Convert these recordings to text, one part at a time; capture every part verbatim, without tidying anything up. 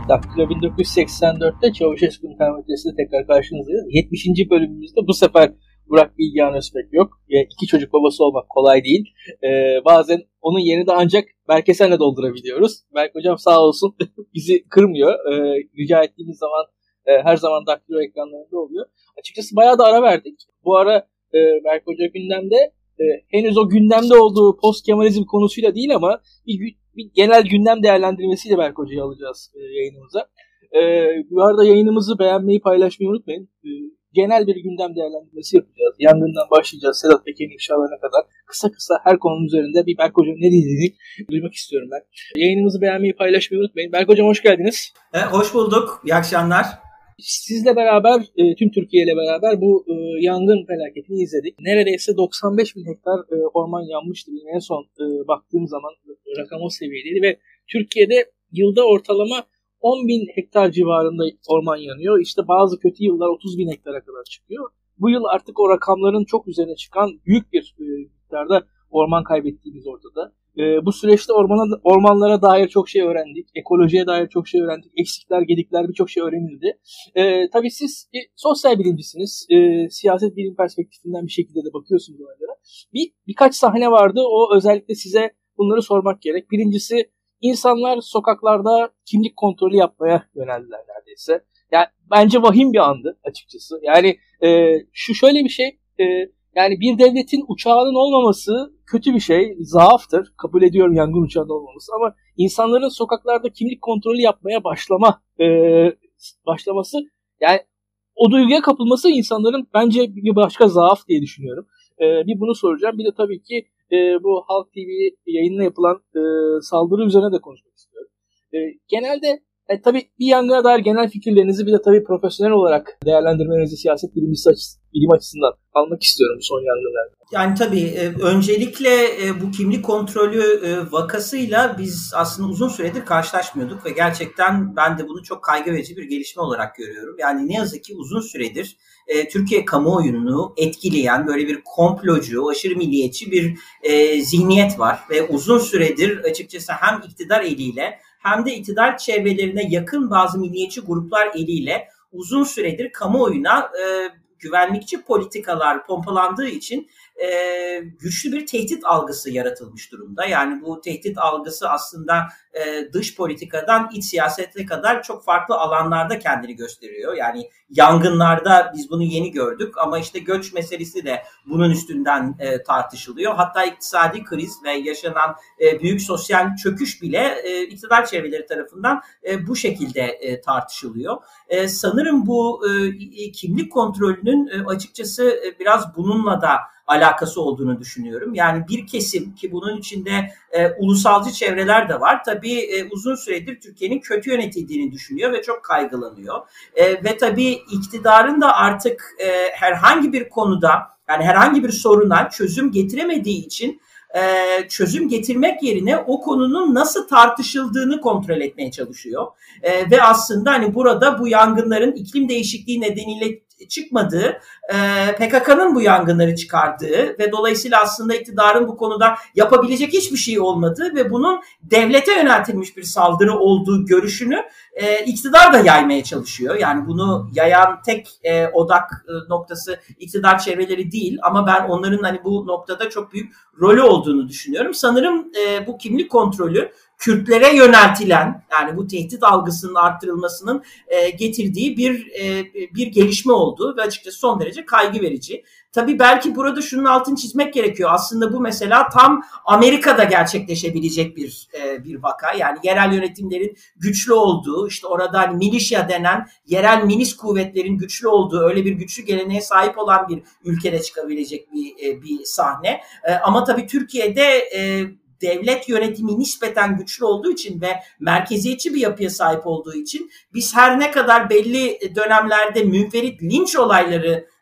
Daktilo bin dokuz yüz seksen dörtte Çavuşesku'nun termometresiyle tekrar karşınızdayız. yetmişinci bölümümüzde bu sefer Burak Bilgehan Özbek yok. İki çocuk babası olmak kolay değil. Ee, bazen onun yerini de ancak Berke senle doldurabiliyoruz. Berke hocam sağ olsun bizi kırmıyor. Ee, rica ettiğimiz zaman e, her zaman Daktilo ekranlarında oluyor. Açıkçası bayağı da ara verdik. Bu ara e, Berke hoca gündemde e, henüz o gündemde olduğu post Kemalizm konusuyla değil ama bir, bir genel gündem değerlendirmesiyle Berke hocayı alacağız e, yayınımıza. E, bu arada yayınımızı beğenmeyi, paylaşmayı unutmayın. E, genel bir gündem değerlendirmesi yapacağız. Yangından başlayacağız. Sedat Peker'in ifşalarına kadar kısa kısa her konunun üzerinde bir Berke hocam ne dediğini duymak istiyorum ben. Yayınımızı beğenmeyi, paylaşmayı unutmayın. Berke hocam hoş geldiniz. E, hoş bulduk. İyi akşamlar. Sizle beraber, e, tüm Türkiye ile beraber bu e, yangın felaketini izledik. Neredeyse doksan beş bin hektar e, orman yanmıştı. Benim en son e, baktığım zaman rakam o seviyedeydi ve Türkiye'de yılda ortalama on bin hektar civarında orman yanıyor. İşte bazı kötü yıllar otuz bin hektara kadar çıkıyor. Bu yıl artık o rakamların çok üzerine çıkan büyük bir e, miktarda orman kaybettiğimiz ortada. E, bu süreçte ormana, ormanlara dair çok şey öğrendik. Ekolojiye dair çok şey öğrendik. Eksikler, gedikler birçok şey öğrenildi. E, tabii siz e, sosyal bilimcisiniz. E, siyaset bilim perspektifinden bir şekilde de bakıyorsunuz olaylara. Bir, birkaç sahne vardı. O özellikle size bunları sormak gerek. Birincisi, İnsanlar sokaklarda kimlik kontrolü yapmaya yöneldiler neredeyse. Yani bence vahim bir andı açıkçası. Yani e, şu şöyle bir şey, e, yani bir devletin uçağının olmaması kötü bir şey, zaaftır. Kabul ediyorum yangın uçağının olmaması ama insanların sokaklarda kimlik kontrolü yapmaya başlama e, başlaması, yani o duyguya kapılması insanların bence bir başka zaaf diye düşünüyorum. E, bir bunu soracağım. Bir de tabii ki E, bu Halk T V yayınına yapılan e, saldırı üzerine de konuşmak istiyorum. E, genelde e, tabii bir yangına dair genel fikirlerinizi bir de tabii profesyonel olarak değerlendirmenizi siyaset bilimcisi açısı, bilim açısından almak istiyorum son yangınlarda. Yani tabii e, öncelikle e, bu kimlik kontrolü e, vakasıyla biz aslında uzun süredir karşılaşmıyorduk ve gerçekten ben de bunu çok kaygı verici bir gelişme olarak görüyorum. Yani ne yazık ki uzun süredir e, Türkiye kamuoyunu etkileyen böyle bir komplocu, aşırı milliyetçi bir e, zihniyet var ve uzun süredir açıkçası hem iktidar eliyle hem de iktidar çevrelerine yakın bazı milliyetçi gruplar eliyle uzun süredir kamuoyuna e, güvenlikçi politikalar pompalandığı için e, güçlü bir tehdit algısı yaratılmış durumda. Yani bu tehdit algısı aslında e, dış politikadan iç siyasete kadar çok farklı alanlarda kendini gösteriyor. Yani yangınlarda biz bunu yeni gördük ama işte göç meselesi de bunun üstünden e, tartışılıyor. Hatta iktisadi kriz ve yaşanan e, büyük sosyal çöküş bile e, iktidar çevreleri tarafından e, bu şekilde e, tartışılıyor. E, sanırım bu e, kimlik kontrolünün e, açıkçası e, biraz bununla da alakası olduğunu düşünüyorum. Yani bir kesim ki bunun içinde e, ulusalcı çevreler de var. Tabii e, uzun süredir Türkiye'nin kötü yönetildiğini düşünüyor ve çok kaygılanıyor. E, ve tabii iktidarın da artık e, herhangi bir konuda, yani herhangi bir soruna çözüm getiremediği için e, çözüm getirmek yerine o konunun nasıl tartışıldığını kontrol etmeye çalışıyor. E, ve aslında hani burada bu yangınların iklim değişikliği nedeniyle çıkmadığı, P K K'nın bu yangınları çıkardığı ve dolayısıyla aslında iktidarın bu konuda yapabilecek hiçbir şey olmadığı ve bunun devlete yöneltilmiş bir saldırı olduğu görüşünü e, iktidar da yaymaya çalışıyor. Yani bunu yayan tek e, odak e, noktası iktidar çevreleri değil ama ben onların hani bu noktada çok büyük rolü olduğunu düşünüyorum. Sanırım e, bu kimlik kontrolü Kürtlere yöneltilen, yani bu tehdit algısının arttırılmasının e, getirdiği bir e, bir gelişme oldu ve açıkçası son derece kaygı verici. Tabii belki burada şunun altını çizmek gerekiyor. Aslında bu mesela tam Amerika'da gerçekleşebilecek bir e, bir vaka. Yani yerel yönetimlerin güçlü olduğu, işte orada hani milişya denen yerel milis kuvvetlerin güçlü olduğu, öyle bir güçlü geleneğe sahip olan bir ülkede çıkabilecek bir e, bir sahne. E, ama tabii Türkiye'de e, devlet yönetimi nispeten güçlü olduğu için ve merkeziyetçi bir yapıya sahip olduğu için biz her ne kadar belli dönemlerde münferit linç olayları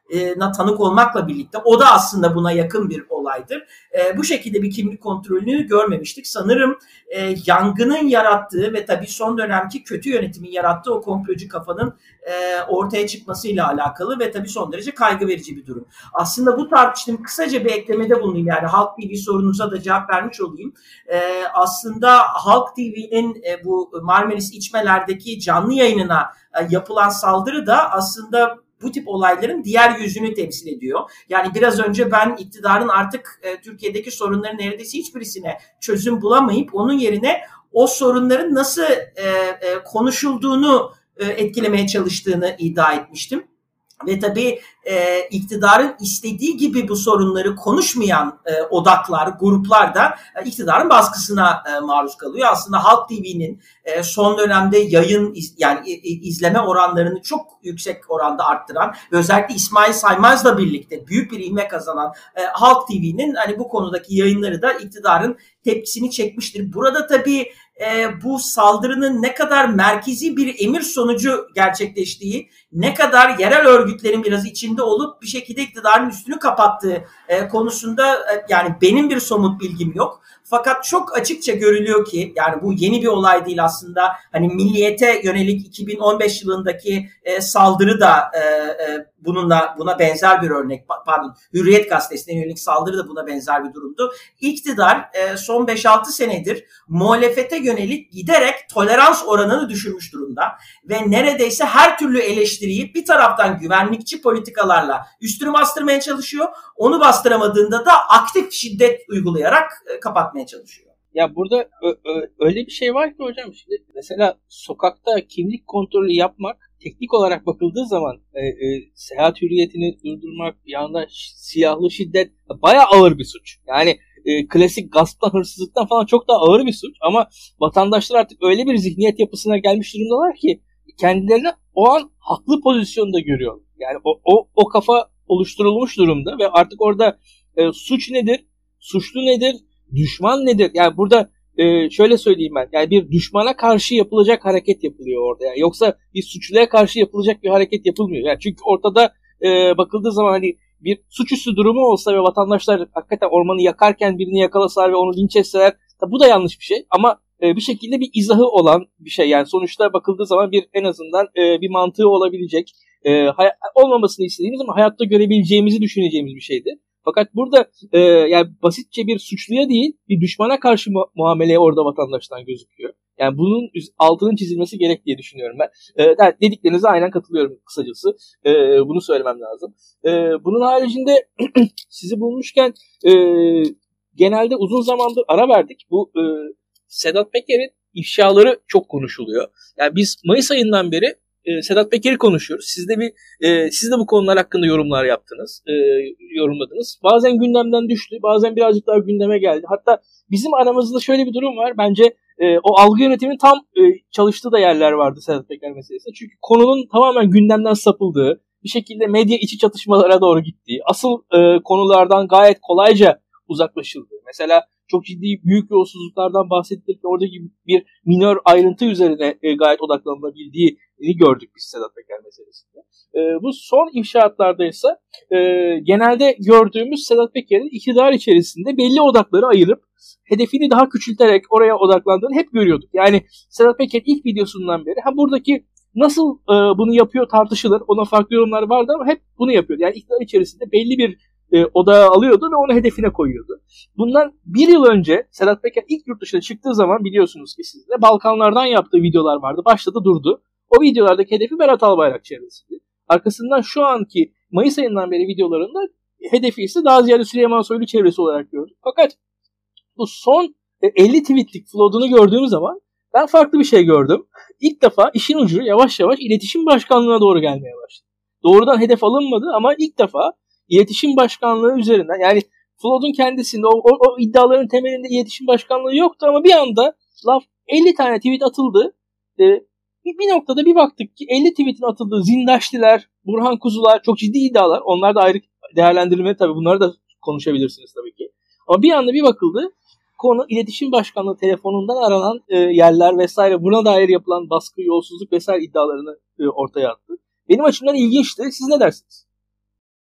na tanık olmakla birlikte o da aslında buna yakın bir olaydır. E, bu şekilde bir kimlik kontrolünü görmemiştik. Sanırım e, yangının yarattığı ve tabii son dönemki kötü yönetimin yarattığı o komplocu kafanın e, ortaya çıkmasıyla alakalı ve tabii son derece kaygı verici bir durum. Aslında bu tartıştığım kısaca bir eklemede bulunayım. Yani Halk T V sorunuza da cevap vermiş olayım. E, aslında Halk T V'nin e, bu Marmaris içmelerdeki canlı yayınına e, yapılan saldırı da aslında bu tip olayların diğer yüzünü temsil ediyor. Yani biraz önce ben iktidarın artık e, Türkiye'deki sorunların neredeyse hiçbirisine çözüm bulamayıp onun yerine o sorunların nasıl e, e, konuşulduğunu e, etkilemeye çalıştığını iddia etmiştim. Ve tabii e, iktidarın istediği gibi bu sorunları konuşmayan e, odaklar, gruplar da e, iktidarın baskısına e, maruz kalıyor. Aslında Halk T V'nin e, son dönemde yayın iz, yani e, izleme oranlarını çok yüksek oranda arttıran ve özellikle İsmail Saymaz'la birlikte büyük bir ivme kazanan e, Halk T V'nin hani bu konudaki yayınları da iktidarın tepkisini çekmiştir. Burada tabii e, bu saldırının ne kadar merkezi bir emir sonucu gerçekleştiği, ne kadar yerel örgütlerin biraz içinde olup bir şekilde iktidarın üstünü kapattığı e, konusunda e, yani benim bir somut bilgim yok. Fakat çok açıkça görülüyor ki yani bu yeni bir olay değil aslında. Hani milliyete yönelik iki bin on beş yılındaki e, saldırı da e, e, bununla buna benzer bir örnek. Pardon, Hürriyet Gazetesi'ne yönelik saldırı da buna benzer bir durumdu. İktidar e, son beş altı senedir muhalefete yönelik giderek tolerans oranını düşürmüş durumda ve neredeyse her türlü eleştiriyi bir taraftan güvenlikçi politikalarla üstünü bastırmaya çalışıyor. Onu bastıramadığında da aktif şiddet uygulayarak e, kapatmaya çalışıyor. Ya burada ö- ö- öyle bir şey var ki hocam, şimdi mesela sokakta kimlik kontrolü yapmak teknik olarak bakıldığı zaman e, e, seyahat hürriyetini durdurmak, bir yanda silahlı şiddet bayağı ağır bir suç. Yani e, klasik gasptan, hırsızlıktan falan çok daha ağır bir suç ama vatandaşlar artık öyle bir zihniyet yapısına gelmiş durumdalar ki kendilerini o an haklı pozisyonda görüyor. Yani o, o, o kafa oluşturulmuş durumda ve artık orada e, suç nedir, suçlu nedir, düşman nedir? Yani burada e, şöyle söyleyeyim ben. Yani bir düşmana karşı yapılacak hareket yapılıyor orada. Yani yoksa bir suçluya karşı yapılacak bir hareket yapılmıyor. Yani çünkü ortada e, bakıldığı zaman hani bir suçüstü durumu olsa ve vatandaşlar hakikaten ormanı yakarken birini yakalasalar ve onu linç etseler, bu da yanlış bir şey. Ama e, bir şekilde bir izahı olan bir şey. Yani sonuçta bakıldığı zaman bir en azından e, bir mantığı olabilecek, e, hay- olmamasını istediğimiz ama hayatta görebileceğimizi düşüneceğimiz bir şeydi. Fakat burada e, yani basitçe bir suçluya değil, bir düşmana karşı mu- muameleye orada vatandaştan gözüküyor. Yani bunun altının çizilmesi gerek diye düşünüyorum ben. E, dediklerinize aynen katılıyorum kısacası. E, bunu söylemem lazım. E, bunun haricinde sizi bulmuşken e, genelde uzun zamandır ara verdik. Bu e, Sedat Peker'in ifşaları çok konuşuluyor. Yani biz Mayıs ayından beri e, Sedat Peker'i konuşuyoruz. Siz de bir e, siz de bu konular hakkında yorumlar yaptınız, e, yorumladınız. Bazen gündemden düştü, bazen birazcık daha gündeme geldi. Hatta bizim aramızda şöyle bir durum var. Bence e, o algı yönetiminin tam e, çalıştığı da yerler vardı Sedat Peker meselesinde. Çünkü konunun tamamen gündemden sapıldığı, bir şekilde medya içi çatışmalara doğru gittiği, asıl e, konulardan gayet kolayca uzaklaşıldığı. Mesela çok ciddi büyük yolsuzluklardan bahsettik. Oradaki bir minör ayrıntı üzerine e, gayet odaklanılabildiğini gördük biz Sedat Peker meselesinde. E, bu son ifşaatlarda ise e, genelde gördüğümüz Sedat Peker'in iktidar içerisinde belli odakları ayırıp hedefini daha küçülterek oraya odaklandığını hep görüyorduk. Yani Sedat Peker ilk videosundan beri ha buradaki nasıl e, bunu yapıyor tartışılır. Ona farklı yorumlar vardı ama hep bunu yapıyordu. Yani iktidar içerisinde belli bir e, odağı alıyordu ve onu hedefine koyuyordu. Bundan bir yıl önce Sedat Peker ilk yurt dışına çıktığı zaman biliyorsunuz ki siz de Balkanlardan yaptığı videolar vardı. Başladı durdu. O videolardaki hedefi Berat Albayrak çevresiydi. Arkasından şu anki Mayıs ayından beri videolarında hedefi ise daha ziyade Süleyman Soylu çevresi olarak gördük. Fakat bu son elli tweetlik flood'unu gördüğüm zaman ben farklı bir şey gördüm. İlk defa işin ucu yavaş yavaş iletişim başkanlığına doğru gelmeye başladı. Doğrudan hedef alınmadı ama ilk defa iletişim başkanlığı üzerinden, yani flood'un kendisinde o, o, o iddiaların temelinde iletişim başkanlığı yoktu ama bir anda laf elli tane tweet atıldı. Ee, bir, bir noktada bir baktık ki elli tweetin atıldığı Zindaştiler, Burhan Kuzular, çok ciddi iddialar. Onlar da ayrı değerlendirilmeli tabii. Bunları da konuşabilirsiniz tabii ki. Ama bir anda bir bakıldı. Konu iletişim başkanlığı telefonundan aranan e, yerler vesaire, buna dair yapılan baskı, yolsuzluk vesaire iddialarını e, ortaya attı. Benim açımdan ilginçti. Siz ne dersiniz?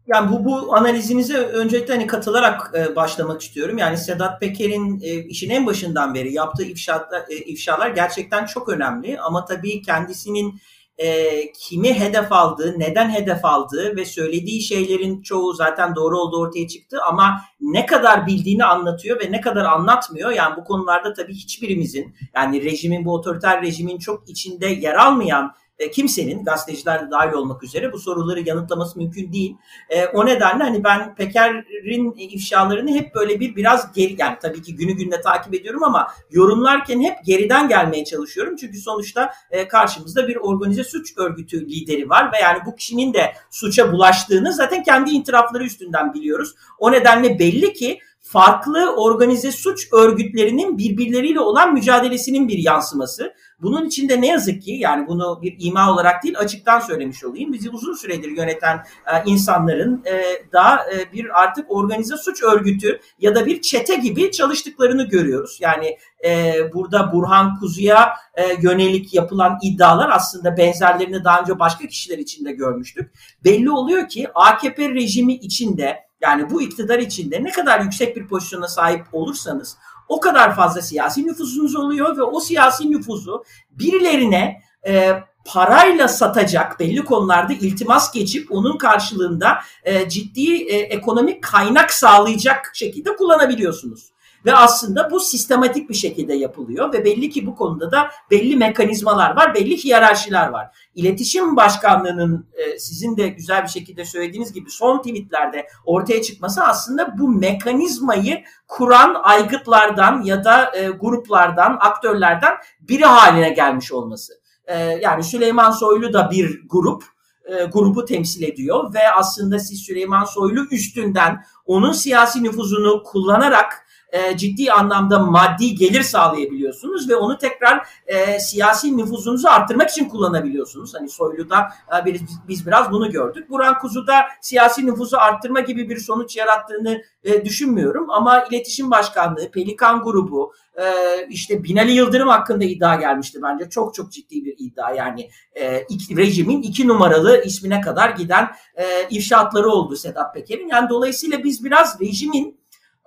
Yani bu bu analizinize öncelikle hani katılarak e, başlamak istiyorum. Yani Sedat Peker'in e, işin en başından beri yaptığı ifşalar, e, ifşalar gerçekten çok önemli. Ama tabii kendisinin e, kimi hedef aldığı, neden hedef aldığı ve söylediği şeylerin çoğu zaten doğru olduğu ortaya çıktı. Ama ne kadar bildiğini anlatıyor ve ne kadar anlatmıyor. Yani bu konularda tabii hiçbirimizin, yani rejimin, bu otoriter rejimin çok içinde yer almayan kimsenin, gazeteciler de dahil olmak üzere, bu soruları yanıtlaması mümkün değil. E, o nedenle hani ben Peker'in ifşalarını hep böyle bir biraz geri, yani tabii ki günü gününe takip ediyorum ama yorumlarken hep geriden gelmeye çalışıyorum. Çünkü sonuçta e, karşımızda bir organize suç örgütü lideri var ve yani bu kişinin de suça bulaştığını zaten kendi itirafları üstünden biliyoruz. O nedenle belli ki farklı organize suç örgütlerinin birbirleriyle olan mücadelesinin bir yansıması. Bunun içinde ne yazık ki, yani bunu bir ima olarak değil açıktan söylemiş olayım, bizi uzun süredir yöneten e, insanların e, daha e, bir artık organize suç örgütü ya da bir çete gibi çalıştıklarını görüyoruz. Yani e, burada Burhan Kuzu'ya e, yönelik yapılan iddialar aslında benzerlerini daha önce başka kişiler için de görmüştük. Belli oluyor ki A K P rejimi içinde, yani bu iktidar içinde ne kadar yüksek bir pozisyona sahip olursanız o kadar fazla siyasi nüfusunuz oluyor ve o siyasi nüfuzu birilerine e, parayla satacak, belli konularda iltimas geçip onun karşılığında e, ciddi e, ekonomik kaynak sağlayacak şekilde kullanabiliyorsunuz. Ve aslında bu sistematik bir şekilde yapılıyor ve belli ki bu konuda da belli mekanizmalar var, belli hiyerarşiler var. İletişim Başkanlığı'nın e, sizin de güzel bir şekilde söylediğiniz gibi son tweetlerde ortaya çıkması aslında bu mekanizmayı kuran aygıtlardan ya da e, gruplardan, aktörlerden biri haline gelmiş olması. E, yani Süleyman Soylu da bir grup. E, grubu temsil ediyor ve aslında siz Süleyman Soylu üstünden onun siyasi nüfuzunu kullanarak E, ciddi anlamda maddi gelir sağlayabiliyorsunuz ve onu tekrar e, siyasi nüfuzunuzu arttırmak için kullanabiliyorsunuz. Hani Soylu'da e, biz, biz biraz bunu gördük. Burhan Kuzu'da siyasi nüfuzu arttırma gibi bir sonuç yarattığını e, düşünmüyorum ama İletişim Başkanlığı, Pelikan grubu, e, işte Binali Yıldırım hakkında iddia gelmişti bence. Çok çok ciddi bir iddia, yani e, iki, rejimin iki numaralı ismine kadar giden e, ifşaatları oldu Sedat Peker'in. Yani dolayısıyla biz biraz rejimin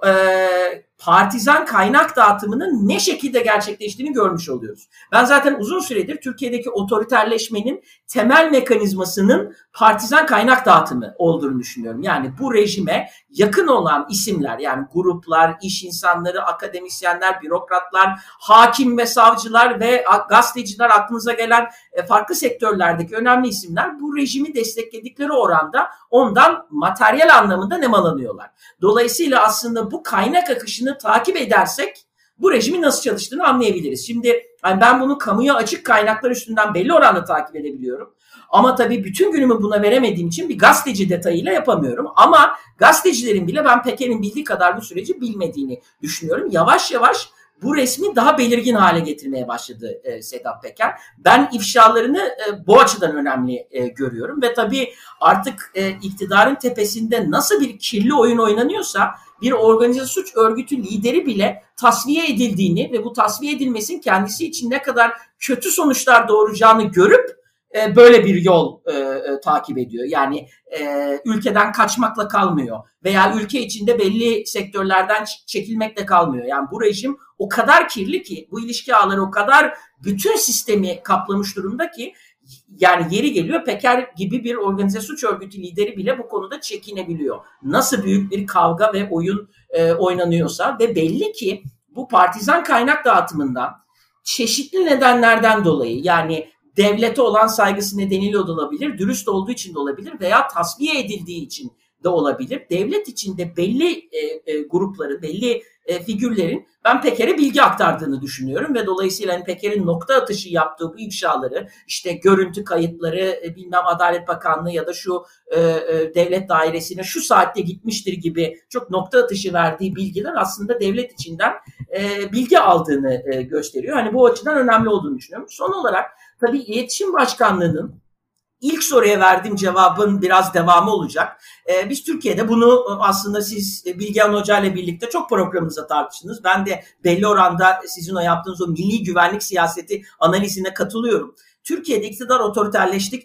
E, partizan kaynak dağıtımının ne şekilde gerçekleştiğini görmüş oluyoruz. Ben zaten uzun süredir Türkiye'deki otoriterleşmenin temel mekanizmasının partizan kaynak dağıtımı olduğunu düşünüyorum. Yani bu rejime yakın olan isimler, yani gruplar, iş insanları, akademisyenler, bürokratlar, hakim ve savcılar ve gazeteciler, aklınıza gelen farklı sektörlerdeki önemli isimler bu rejimi destekledikleri oranda ondan materyal anlamında nemalanıyorlar. Dolayısıyla aslında bu kaynak akışını takip edersek bu rejimin nasıl çalıştığını anlayabiliriz. Şimdi yani ben bunu kamuya açık kaynaklar üstünden belli oranda takip edebiliyorum. Ama tabii bütün günümü buna veremediğim için bir gazeteci detayıyla yapamıyorum. Ama gazetecilerin bile ben Peker'in bildiği kadar bu süreci bilmediğini düşünüyorum. Yavaş yavaş bu resmi daha belirgin hale getirmeye başladı e, Sedat Peker. Ben ifşalarını e, bu açıdan önemli e, görüyorum ve tabii artık e, iktidarın tepesinde nasıl bir kirli oyun oynanıyorsa bir organize suç örgütü lideri bile tasfiye edildiğini ve bu tasfiye edilmesinin kendisi için ne kadar kötü sonuçlar doğuracağını görüp e, böyle bir yol e, e, takip ediyor. Yani e, ülkeden kaçmakla kalmıyor veya ülke içinde belli sektörlerden çekilmekle kalmıyor. Yani bu rejim o kadar kirli ki, bu ilişki ağları o kadar bütün sistemi kaplamış durumda ki, yani yeri geliyor Peker gibi bir organize suç örgütü lideri bile bu konuda çekinebiliyor. Nasıl büyük bir kavga ve oyun e, oynanıyorsa ve belli ki bu partizan kaynak dağıtımından çeşitli nedenlerden dolayı, yani devlete olan saygısı nedeniyle de olabilir, dürüst olduğu için de olabilir veya tasfiye edildiği için de olabilir. Devlet içinde belli e, e, grupların, belli e, figürlerin ben Peker'e bilgi aktardığını düşünüyorum ve dolayısıyla hani Peker'in nokta atışı yaptığı bu ifşaları, işte görüntü kayıtları, e, bilmem Adalet Bakanlığı ya da şu e, e, devlet dairesine şu saatte gitmiştir gibi çok nokta atışı verdiği bilgiler aslında devlet içinden e, bilgi aldığını e, gösteriyor. Hani bu açıdan önemli olduğunu düşünüyorum. Son olarak tabii İletişim Başkanlığı'nın İlk soruya verdiğim cevabın biraz devamı olacak. Ee, biz Türkiye'de bunu aslında siz Bilgehan Hoca ile birlikte çok programınızda tartıştınız. Ben de belli oranda sizin o yaptığınız o milli güvenlik siyaseti analizine katılıyorum. Türkiye'de iktidar otoriterleştikçe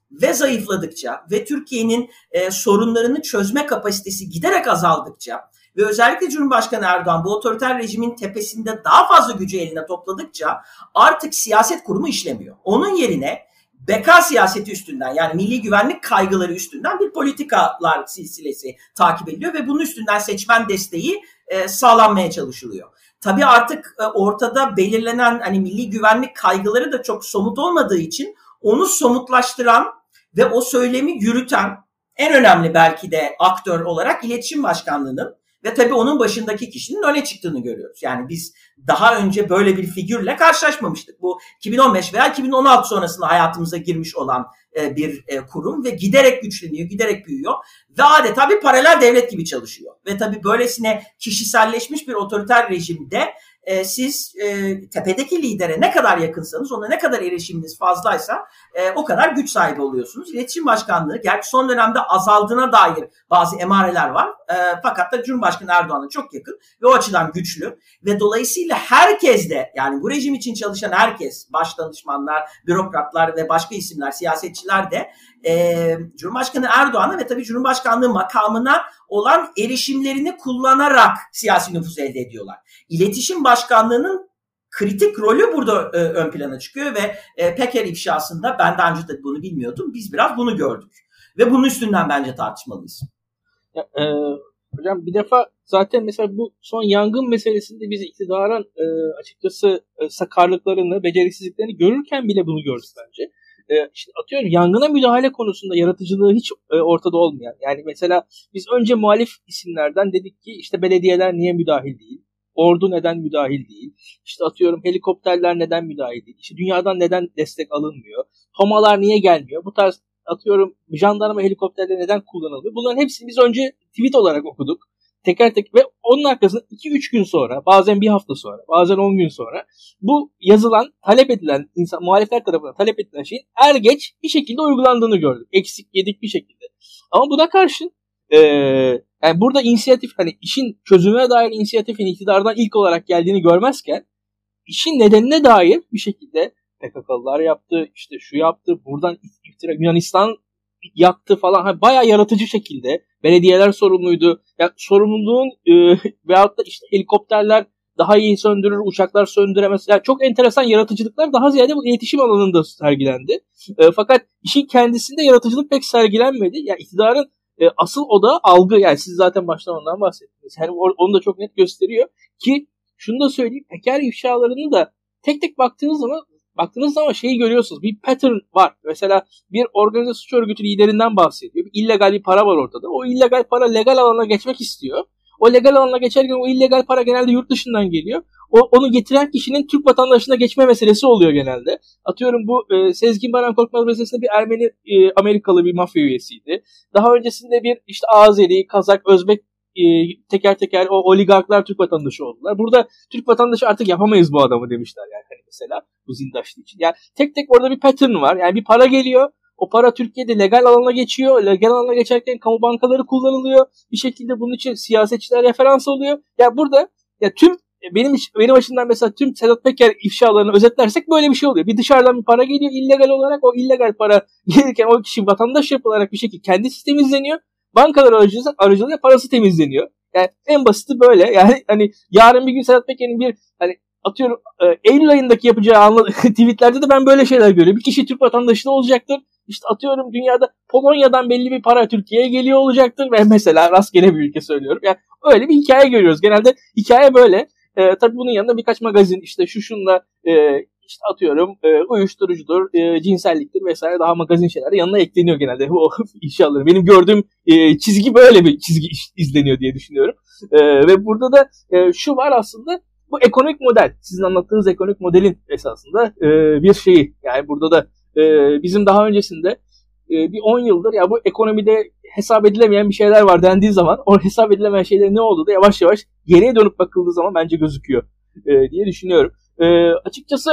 ve zayıfladıkça ve Türkiye'nin e, sorunlarını çözme kapasitesi giderek azaldıkça ve özellikle Cumhurbaşkanı Erdoğan bu otoriter rejimin tepesinde daha fazla gücü eline topladıkça artık siyaset kurumu işlemiyor. Onun yerine beka siyaseti üstünden, yani milli güvenlik kaygıları üstünden bir politikalar silsilesi takip ediliyor ve bunun üstünden seçmen desteği e, sağlanmaya çalışılıyor. Tabii artık e, ortada belirlenen hani milli güvenlik kaygıları da çok somut olmadığı için onu somutlaştıran ve o söylemi yürüten en önemli belki de aktör olarak İletişim Başkanlığı'nın ve tabii onun başındaki kişinin öne çıktığını görüyoruz. Yani biz daha önce böyle bir figürle karşılaşmamıştık. Bu iki bin on beş veya iki bin on altı sonrasında hayatımıza girmiş olan bir kurum ve giderek güçleniyor, giderek büyüyor ve adeta bir paralel devlet gibi çalışıyor. Ve tabii böylesine kişiselleşmiş bir otoriter rejimde e, siz e, tepedeki lidere ne kadar yakınsanız, ona ne kadar erişiminiz fazlaysa e, o kadar güç sahibi oluyorsunuz. İletişim Başkanlığı gerçi son dönemde azaldığına dair bazı emareler var. E, fakat da Cumhurbaşkanı Erdoğan'a çok yakın ve o açıdan güçlü ve dolayısıyla herkes de, yani bu rejim için çalışan herkes, baş danışmanlar, bürokratlar ve başka isimler, siyasetçiler de e, Cumhurbaşkanı Erdoğan'a ve tabii Cumhurbaşkanlığı makamına olan erişimlerini kullanarak siyasi nüfuz elde ediyorlar. İletişim Başkanlığı'nın kritik rolü burada e, ön plana çıkıyor ve e, Peker ifşasında, ben daha önce de bunu bilmiyordum, biz biraz bunu gördük. Ve bunun üstünden bence tartışmalıyız. Ya, e, hocam bir defa zaten mesela bu son yangın meselesinde biz iktidarın e, açıkçası e, sakarlıklarını, beceriksizliklerini görürken bile bunu gördük bence. E, işte atıyorum yangına müdahale konusunda yaratıcılığı hiç e, ortada olmayan. Yani mesela biz önce muhalif isimlerden dedik ki işte belediyeler niye müdahil değil? Ordu neden müdahil değil? İşte atıyorum helikopterler neden müdahil değil? İşte dünyadan neden destek alınmıyor? TOMA'lar niye gelmiyor? Bu tarz atıyorum jandarma helikopterleri neden kullanılmıyor? Bunların hepsini biz önce tweet olarak okuduk. Teker tek ve onun arkasında iki üç gün sonra, bazen bir hafta sonra, bazen on gün sonra bu yazılan, talep edilen, insan, muhalifler tarafından talep edilen şeyin er geç bir şekilde uygulandığını gördük. Eksik yedik bir şekilde. Ama buna karşın ee, yani burada inisiyatif, hani işin çözümüne dair inisiyatifin iktidardan ilk olarak geldiğini görmezken işin nedenine dair bir şekilde P K K'lılar yaptı, işte şu yaptı, buradan iftira, Yunanistan yaktı falan. Hani bayağı yaratıcı şekilde belediyeler sorumluydu. Yani sorumluluğun e, veyahut da işte helikopterler daha iyi söndürür, uçaklar söndüremez. Yani çok enteresan yaratıcılıklar daha ziyade bu iletişim alanında sergilendi. E, fakat işin kendisinde yaratıcılık pek sergilenmedi. Yani iktidarın e, asıl odağı algı. Yani siz zaten baştan ondan bahsettiniz. Yani onu da çok net gösteriyor ki şunu da söyleyeyim. Peker ifşalarını da tek tek baktığınız zaman Baktığınız zaman şeyi görüyorsunuz. Bir pattern var. Mesela bir organize suç örgütü liderinden bahsediyor. Bir illegal bir para var ortada. O illegal para legal alana geçmek istiyor. O legal alana geçerken o illegal para genelde yurt dışından geliyor. O, onu getiren kişinin Türk vatandaşına geçme meselesi oluyor genelde. Atıyorum bu e, Sezgin Baran Korkmaz meselesinde bir Ermeni e, Amerikalı bir mafya üyesiydi. Daha öncesinde bir işte Azeri, Kazak, Özbek e, teker teker o oligarklar Türk vatandaşı oldular. Burada Türk vatandaşı artık yapamayız bu adamı demişler yani hani mesela bu Zindaşlı için. Yani tek tek orada bir pattern var. Yani bir para geliyor. O para Türkiye'de legal alana geçiyor. Legal alana geçerken kamu bankaları kullanılıyor. Bir şekilde bunun için siyasetçiler referans oluyor. Ya yani burada ya tüm benim benim açımdan mesela tüm Sedat Peker ifşalarını özetlersek böyle bir şey oluyor. Bir dışarıdan bir para geliyor illegal olarak. O illegal para gelirken o kişi vatandaş yapılarak bir şekilde kendisi temizleniyor. Bankalar aracılığıyla, aracılığıyla parası temizleniyor. Yani en basiti böyle. Yani hani yarın bir gün Sedat Peker'in bir hani atıyorum e, Eylül ayındaki yapacağı anla- tweetlerde de ben böyle şeyler görüyorum. Bir kişi Türk vatandaşı olacaktır. İşte atıyorum dünyada Polonya'dan belli bir para Türkiye'ye geliyor olacaktır. Ve mesela rastgele bir ülke söylüyorum. Yani öyle bir hikaye görüyoruz. Genelde hikaye böyle. E, tabii bunun yanında birkaç magazin işte şu şunla e, işte atıyorum e, uyuşturucudur, e, cinselliktir vesaire daha magazin şeyler yanına ekleniyor genelde. O inşallah benim gördüğüm e, çizgi böyle bir çizgi izleniyor diye düşünüyorum. E, ve burada da e, şu var aslında bu ekonomik model. Sizin anlattığınız ekonomik modelin esasında e, bir şeyi. Yani burada da e, bizim daha öncesinde e, bir on yıldır ya bu ekonomide hesap edilemeyen bir şeyler var dendiği zaman o hesap edilemeyen şeylerin ne olduğu da yavaş yavaş geriye dönüp bakıldığı zaman bence gözüküyor e, diye düşünüyorum. E, açıkçası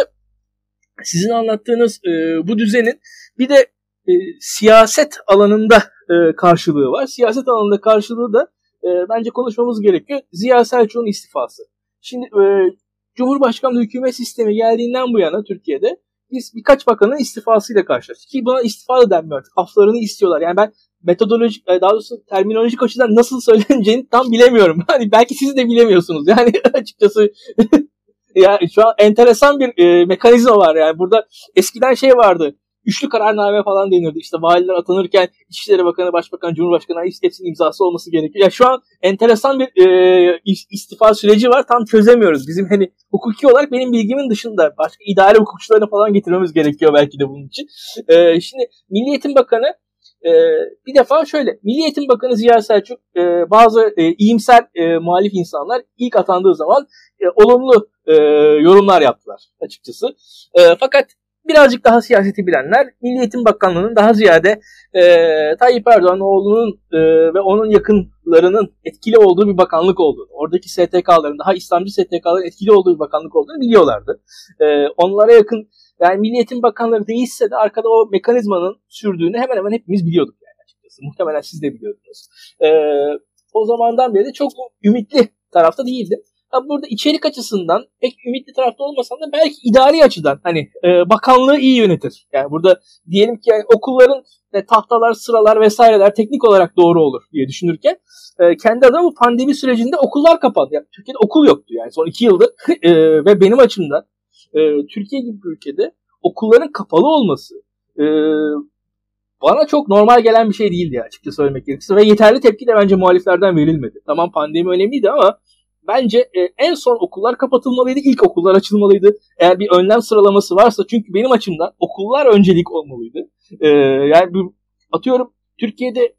sizin anlattığınız e, bu düzenin bir de e, siyaset alanında e, karşılığı var. Siyaset alanında karşılığı da e, bence konuşmamız gerekiyor. Ziya Selçuk'un istifası. Şimdi e, Cumhurbaşkanlığı hükümet sistemi geldiğinden bu yana Türkiye'de biz birkaç bakanın istifasıyla karşılaştık. Ki buna istifa da denmiyor artık. Aflarını istiyorlar. Yani ben metodolojik, daha doğrusu terminolojik açıdan nasıl söyleneceğini tam bilemiyorum. Hani belki siz de bilemiyorsunuz. Yani açıkçası ya şu an enteresan bir e, mekanizma var yani. Burada eskiden şey vardı. Üçlü kararname falan denirdi. İşte valiler atanırken İçişleri Bakanı, Başbakan, Cumhurbaşkanı hepsinin imzası olması gerekiyor. Ya şu an enteresan bir e, istifa süreci var. Tam çözemiyoruz. Bizim hani hukuki olarak benim bilgimin dışında başka idare hukukçularını falan getirmemiz gerekiyor belki de bunun için. E, şimdi Milli Eğitim Bakanı e, bir defa şöyle. Milli Eğitim Bakanı Ziya Selçuk e, bazı e, iyimser e, muhalif insanlar ilk atandığı zaman e, olumlu e, yorumlar yaptılar açıkçası. E, fakat birazcık daha siyaseti bilenler Milli Eğitim Bakanlığı'nın daha ziyade e, Tayyip Erdoğan oğlunun e, ve onun yakınlarının etkili olduğu bir bakanlık olduğunu, oradaki S T K'ların, daha İslamcı S T K'ların etkili olduğu bir bakanlık olduğunu biliyorlardı. E, onlara yakın, yani Milli Eğitim Bakanları değilse de arkada o mekanizmanın sürdüğünü hemen hemen hepimiz biliyorduk yani açıkçası. Muhtemelen siz de biliyordunuz. E, o zamandan beri de çok ümitli tarafta değildim. Burada içerik açısından pek ümitli tarafta olmasam da belki idari açıdan hani e, bakanlığı iyi yönetir. Yani burada diyelim ki yani okulların e, tahtalar, sıralar vesaireler teknik olarak doğru olur diye düşünürken e, kendi adıma bu pandemi sürecinde okullar kapandı. Yani Türkiye'de okul yoktu yani son iki yıldır e, ve benim açımdan e, Türkiye gibi bir ülkede okulların kapalı olması e, bana çok normal gelen bir şey değildi ya, açıkça söylemek gerekirse ve yeterli tepki de bence muhaliflerden verilmedi. Tamam, pandemi önemliydi ama bence e, en son okullar kapatılmalıydı, ilk okullar açılmalıydı. Eğer bir önlem sıralaması varsa, çünkü benim açımdan okullar öncelik olmalıydı. E, yani bir, atıyorum Türkiye'de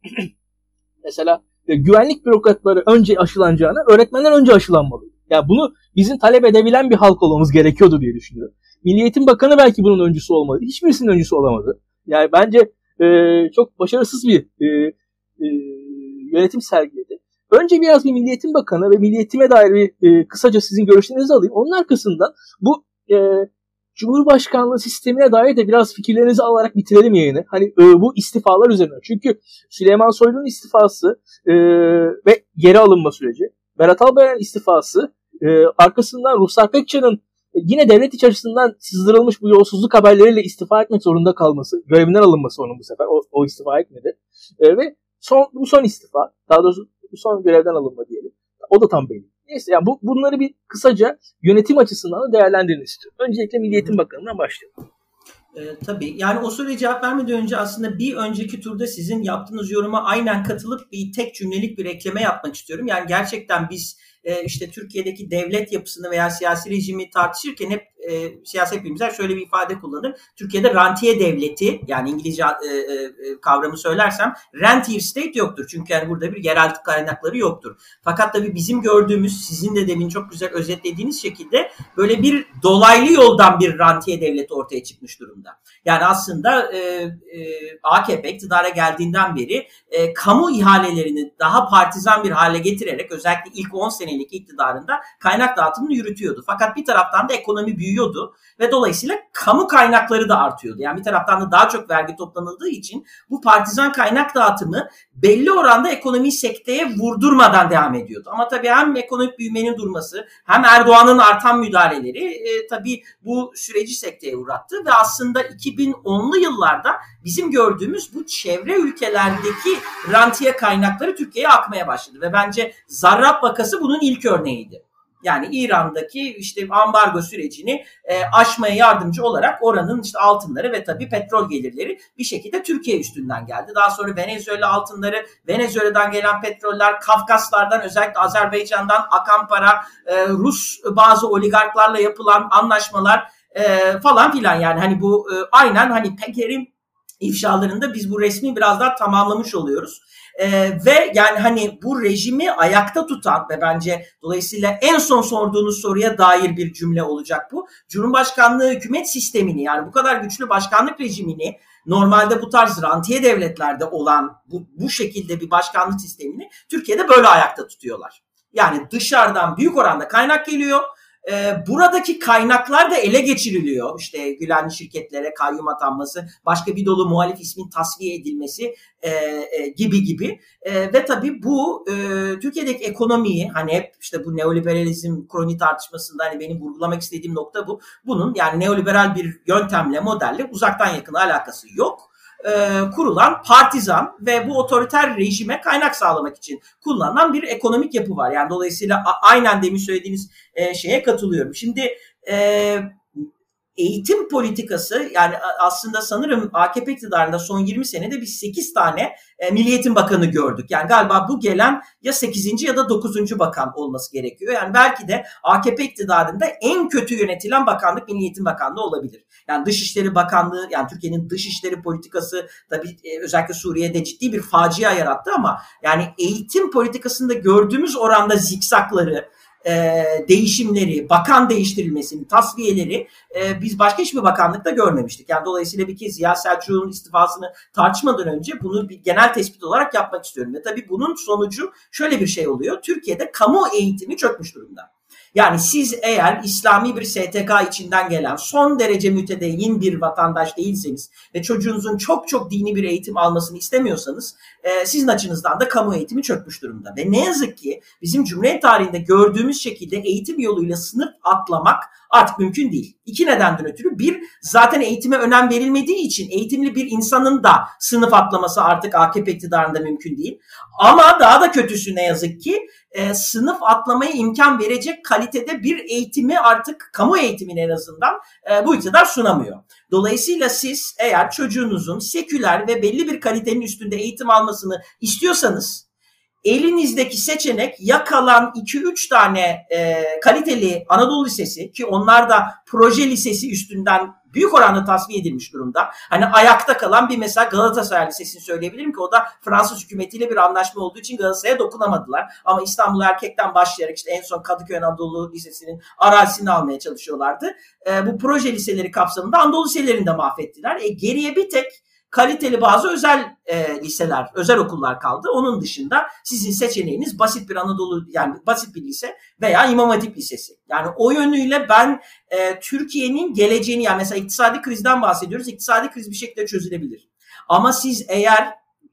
mesela e, güvenlik bürokratları önce aşılanacağına öğretmenler önce aşılanmalıydı. Yani bunu bizim talep edebilen bir halk olmamız gerekiyordu diye düşünüyorum. Milli Eğitim Bakanı belki bunun öncüsü olmalıydı. Hiçbirisinin öncüsü olamadı. Yani bence e, çok başarısız bir e, e, yönetim sergiledi. Önce biraz bir Milli Eğitim Bakanı ve Milli Eğitim'e dair bir e, kısaca sizin görüşlerinizi alayım. Onun arkasından bu e, Cumhurbaşkanlığı sistemine dair de biraz fikirlerinizi alarak bitirelim yayını. Hani e, bu istifalar üzerine. Çünkü Süleyman Soylu'nun istifası e, ve geri alınma süreci, Berat Albayrak'ın istifası, e, arkasından Ruhsar Pekcan'ın e, yine devlet içi açısından sızdırılmış bu yolsuzluk haberleriyle istifa etmek zorunda kalması, görevinden alınması onun bu sefer. O, o istifa etmedi. E, ve son, bu son istifa, daha doğrusu bu son görevden alınma diyelim. O da tam belli. Neyse, yani bu, bunları bir kısaca yönetim açısından da değerlendirin istiyorum. Öncelikle Milli Eğitim Bakanı'ndan başlayalım. Ee, tabii. Yani o soruya cevap vermeden önce aslında bir önceki turda sizin yaptığınız yoruma aynen katılıp bir tek cümlelik bir ekleme yapmak istiyorum. Yani gerçekten biz e, işte Türkiye'deki devlet yapısını veya siyasi rejimi tartışırken hep e, siyaset bilimciler şöyle bir ifade kullanır. Türkiye'de rantiye devleti, yani İngilizce e, e, kavramı söylersem rentier state yoktur. Çünkü yani burada bir yerel kaynakları yoktur. Fakat tabii bizim gördüğümüz, sizin de demin çok güzel özetlediğiniz şekilde böyle bir dolaylı yoldan bir rantiye devleti ortaya çıkmış durumda. Yani aslında e, e, A K P iktidara geldiğinden beri e, kamu ihalelerini daha partizan bir hale getirerek özellikle ilk on senelik iktidarında kaynak dağıtımını yürütüyordu. Fakat bir taraftan da ekonomi büyüyordu ve dolayısıyla kamu kaynakları da artıyordu. Yani bir taraftan da daha çok vergi toplanıldığı için bu partizan kaynak dağıtımı belli oranda ekonomiyi sekteye vurdurmadan devam ediyordu. Ama tabii hem ekonomik büyümenin durması hem Erdoğan'ın artan müdahaleleri e, tabii bu süreci sekteye uğrattı ve aslında iki bin onlu yıllarda bizim gördüğümüz bu çevre ülkelerdeki rantiye kaynakları Türkiye'ye akmaya başladı ve bence Zarrab vakası bunun ilk örneğiydi. Yani İran'daki işte ambargo sürecini e, aşmaya yardımcı olarak oranın işte altınları ve tabii petrol gelirleri bir şekilde Türkiye üstünden geldi. Daha sonra Venezuela altınları, Venezuela'dan gelen petroller, Kafkaslardan, özellikle Azerbaycan'dan akan para, e, Rus bazı oligarklarla yapılan anlaşmalar e, falan filan, yani hani bu e, aynen hani Peker'in ifşalarında biz bu resmi biraz daha tamamlamış oluyoruz. Ee, ve yani hani bu rejimi ayakta tutan ve bence dolayısıyla en son sorduğunuz soruya dair bir cümle olacak bu. Cumhurbaşkanlığı hükümet sistemini, yani bu kadar güçlü başkanlık rejimini, normalde bu tarz rantiye devletlerde olan bu, bu şekilde bir başkanlık sistemini Türkiye'de böyle ayakta tutuyorlar. Yani dışarıdan büyük oranda kaynak geliyor. e, buradaki kaynaklar da ele geçiriliyor. İşte güvenli şirketlere kayyum atanması, başka bir dolu muhalif ismin tasfiye edilmesi e, e, gibi gibi. E, ve tabii bu e, Türkiye'deki ekonomiyi, hani hep işte bu neoliberalizm kroni tartışmasında hani benim vurgulamak istediğim nokta bu. Bunun yani neoliberal bir yöntemle, modelle uzaktan yakına alakası yok. E, kurulan partizan ve bu otoriter rejime kaynak sağlamak için kullanılan bir ekonomik yapı var. Yani dolayısıyla a- aynen demin söylediğiniz e, şeye katılıyorum. Şimdi e, eğitim politikası, yani aslında sanırım A K P iktidarında son yirmi senede biz sekiz tane e, Milli Eğitim Bakanı gördük. Yani galiba bu gelen ya sekizinci ya da dokuzuncu bakan olması gerekiyor. Yani belki de A K P iktidarında en kötü yönetilen bakanlık Milli Eğitim Bakanlığı olabilir. Yani Dışişleri Bakanlığı, yani Türkiye'nin dışişleri politikası tabii e, özellikle Suriye'de ciddi bir facia yarattı ama yani eğitim politikasında gördüğümüz oranda zikzakları, E, değişimleri, bakan değiştirilmesini, tasfiyeleri e, biz başka hiçbir bakanlıkta görmemiştik. Yani dolayısıyla bir kez Ziya Selçuk'un istifasını tartışmadan önce bunu bir genel tespit olarak yapmak istiyorum. Ve tabii bunun sonucu şöyle bir şey oluyor. Türkiye'de kamu eğitimi çökmüş durumda. Yani siz eğer İslami bir S T K içinden gelen son derece mütedeyyin bir vatandaş değilseniz ve çocuğunuzun çok çok dini bir eğitim almasını istemiyorsanız e, sizin açınızdan da kamu eğitimi çökmüş durumda. Ve ne yazık ki bizim Cumhuriyet tarihinde gördüğümüz şekilde eğitim yoluyla sınıf atlamak artık mümkün değil. İki nedenden ötürü: bir, zaten eğitime önem verilmediği için eğitimli bir insanın da sınıf atlaması artık A K P iktidarında mümkün değil. Ama daha da kötüsü ne yazık ki e, sınıf atlamaya imkan verecek kalitede bir eğitimi artık kamu eğitimini en azından e, bu iktidar sunamıyor. Dolayısıyla siz eğer çocuğunuzun seküler ve belli bir kalitenin üstünde eğitim almasını istiyorsanız elinizdeki seçenek ya kalan iki üç tane e, kaliteli Anadolu Lisesi, ki onlar da proje lisesi üstünden büyük oranda tasfiye edilmiş durumda. Hani ayakta kalan bir mesela Galatasaray Lisesi'ni söyleyebilirim ki o da Fransız hükümetiyle bir anlaşma olduğu için Galatasaray'a dokunamadılar. Ama İstanbul Erkek'ten başlayarak işte en son Kadıköy Anadolu Lisesi'nin arazisini almaya çalışıyorlardı. E, bu proje liseleri kapsamında Anadolu Liselerini de mahvettiler. E, geriye bir tek kaliteli bazı özel e, liseler, özel okullar kaldı. Onun dışında sizin seçeneğiniz basit bir Anadolu, yani basit bir lise veya İmam Hatip Lisesi. Yani o yönüyle ben e, Türkiye'nin geleceğini, yani mesela iktisadi krizden bahsediyoruz. İktisadi kriz bir şekilde çözülebilir. Ama siz eğer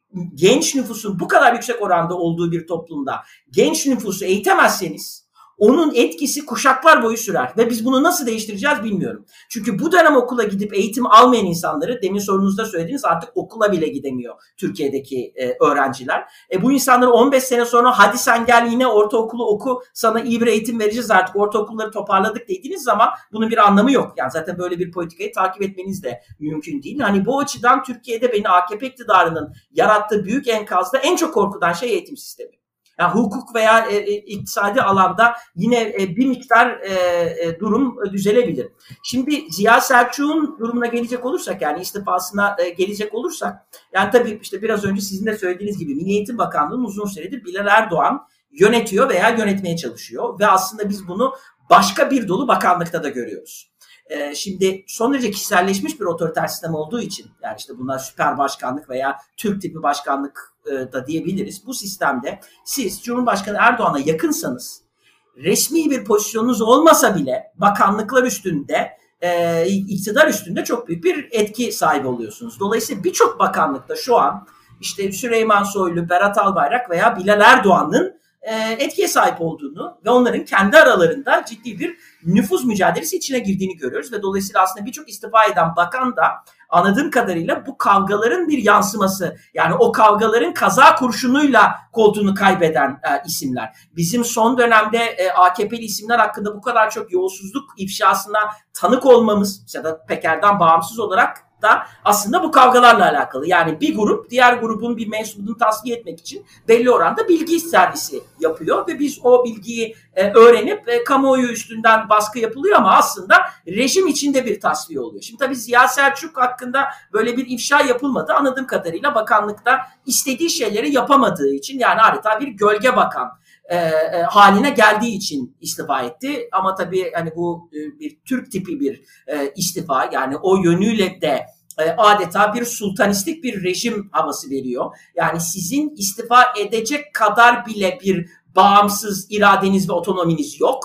genç nüfusun bu kadar yüksek oranda olduğu bir toplumda genç nüfusu eğitemezseniz onun etkisi kuşaklar boyu sürer ve biz bunu nasıl değiştireceğiz bilmiyorum. Çünkü bu dönem okula gidip eğitim almayan insanları, demin sorunuzda söylediğiniz, artık okula bile gidemiyor Türkiye'deki e, öğrenciler. E, bu insanları on beş sene sonra hadi sen gel yine ortaokulu oku, sana iyi bir eğitim vereceğiz, artık ortaokulları toparladık dediğiniz zaman bunun bir anlamı yok. Yani zaten böyle bir politikayı takip etmeniz de mümkün değil. Hani bu açıdan Türkiye'de beni A K P iktidarının yarattığı büyük enkazda en çok korkutan şey eğitim sistemi. Yani hukuk veya e, e, iktisadi alanda yine e, bir miktar e, e, durum düzelebilir. Şimdi Ziya Selçuk'un durumuna gelecek olursak, yani istifasına e, gelecek olursak, yani tabii işte biraz önce sizin de söylediğiniz gibi Milli Eğitim Bakanlığı'nın uzun süredir Bilal Erdoğan yönetiyor veya yönetmeye çalışıyor ve aslında biz bunu başka bir dolu bakanlıkta da görüyoruz. Ee, şimdi son derece kişiselleşmiş bir otoriter sistem olduğu için, yani işte bunlar süper başkanlık veya Türk tipi başkanlık e, da diyebiliriz. Bu sistemde siz Cumhurbaşkanı Erdoğan'a yakınsanız, resmi bir pozisyonunuz olmasa bile bakanlıklar üstünde, e, iktidar üstünde çok büyük bir etki sahibi oluyorsunuz. Dolayısıyla birçok bakanlıkta şu an işte Süleyman Soylu, Berat Albayrak veya Bilal Erdoğan'ın etkiye sahip olduğunu ve onların kendi aralarında ciddi bir nüfuz mücadelesi içine girdiğini görüyoruz ve dolayısıyla aslında birçok istifa eden bakan da anladığım kadarıyla bu kavgaların bir yansıması, yani o kavgaların kaza kurşunuyla koltuğunu kaybeden e, isimler. Bizim son dönemde e, A K P'li isimler hakkında bu kadar çok yolsuzluk ifşasına tanık olmamız ya da Peker'den bağımsız olarak da aslında bu kavgalarla alakalı. Yani bir grup diğer grubun bir mensubunu tasfiye etmek için belli oranda bilgi servisi yapıyor ve biz o bilgiyi e, öğrenip e, kamuoyu üstünden baskı yapılıyor ama aslında rejim içinde bir tasfiye oluyor. Şimdi tabii Ziya Selçuk hakkında böyle bir ifşa yapılmadı. Anladığım kadarıyla bakanlıkta istediği şeyleri yapamadığı için, yani adeta bir gölge bakan E, e, haline geldiği için istifa etti. Ama tabii hani bu e, bir Türk tipi bir e, istifa, yani o yönüyle de e, adeta bir sultanistik bir rejim havası veriyor. Yani sizin istifa edecek kadar bile bir bağımsız iradeniz ve otonominiz yok.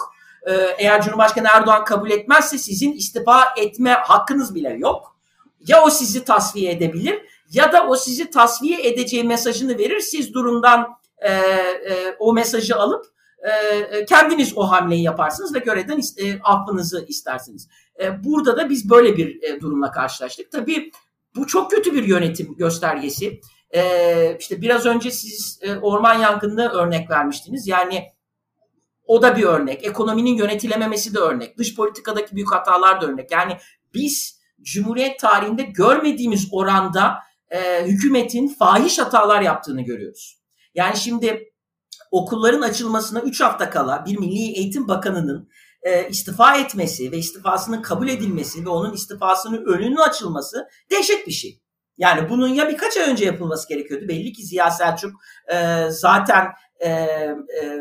Eğer Cumhurbaşkanı Erdoğan kabul etmezse sizin istifa etme hakkınız bile yok. Ya o sizi tasfiye edebilir ya da o sizi tasfiye edeceği mesajını verir. Siz durumdan e, e, o mesajı alıp e, kendiniz o hamleyi yaparsınız ve görevden e, affınızı istersiniz. E, burada da biz böyle bir e, durumla karşılaştık. Tabii bu çok kötü bir yönetim göstergesi. E, işte biraz önce siz e, orman yangınını örnek vermiştiniz. Yani o da bir örnek. Ekonominin yönetilememesi de örnek. Dış politikadaki büyük hatalar da örnek. Yani biz Cumhuriyet tarihinde görmediğimiz oranda e, hükümetin fahiş hatalar yaptığını görüyoruz. Yani şimdi okulların açılmasına üç hafta kala bir Milli Eğitim Bakanı'nın e, istifa etmesi ve istifasının kabul edilmesi ve onun istifasının önünün açılması dehşet bir şey. Yani bunun ya birkaç ay önce yapılması gerekiyordu. Belli ki Ziya Selçuk e, zaten e, e,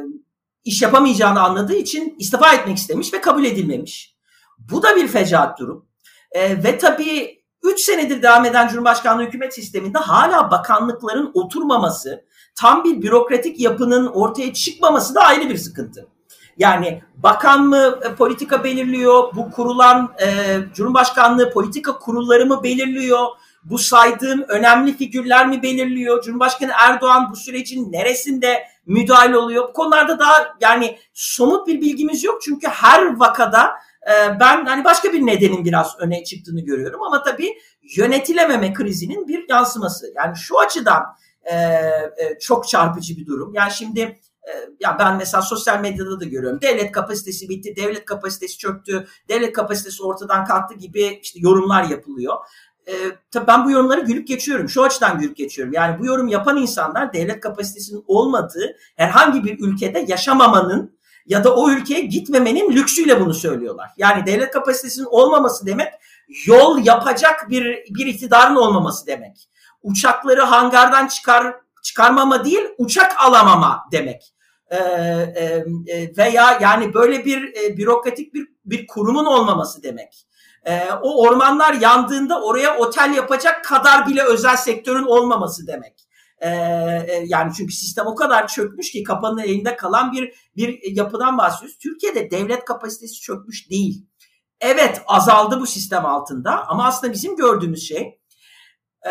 iş yapamayacağını anladığı için istifa etmek istemiş ve kabul edilmemiş. Bu da bir fecaat durum. E, ve tabii üç senedir devam eden Cumhurbaşkanlığı hükümet sisteminde hala bakanlıkların oturmaması, tam bir bürokratik yapının ortaya çıkmaması da ayrı bir sıkıntı. Yani bakan mı e, politika belirliyor, bu kurulan e, Cumhurbaşkanlığı politika kurulları mı belirliyor, bu saydığım önemli figürler mi belirliyor, Cumhurbaşkanı Erdoğan bu sürecin neresinde müdahil oluyor? Bu konularda daha yani somut bir bilgimiz yok çünkü her vakada e, ben hani başka bir nedenin biraz öne çıktığını görüyorum ama tabii yönetilememe krizinin bir yansıması. Yani şu açıdan e, e, çok çarpıcı bir durum. Yani şimdi e, ya ben mesela sosyal medyada da görüyorum. Devlet kapasitesi bitti, devlet kapasitesi çöktü, devlet kapasitesi ortadan kalktı gibi işte yorumlar yapılıyor. Ee, tabii ben bu yorumları gülüp geçiyorum. Şu açıdan gülüp geçiyorum. Yani bu yorum yapan insanlar devlet kapasitesinin olmadığı herhangi bir ülkede yaşamamanın ya da o ülkeye gitmemenin lüksüyle bunu söylüyorlar. Yani devlet kapasitesinin olmaması demek yol yapacak bir bir iktidarın olmaması demek. Uçakları hangardan çıkar çıkarmama değil, uçak alamama demek. Ee, e, veya yani böyle bir e, bürokratik bir bir kurumun olmaması demek. Ee, o ormanlar yandığında oraya otel yapacak kadar bile özel sektörün olmaması demek. Ee, yani çünkü sistem o kadar çökmüş ki kapanın elinde kalan bir bir yapıdan bahsediyoruz. Türkiye'de devlet kapasitesi çökmüş değil. Evet, azaldı bu sistem altında ama aslında bizim gördüğümüz şey e,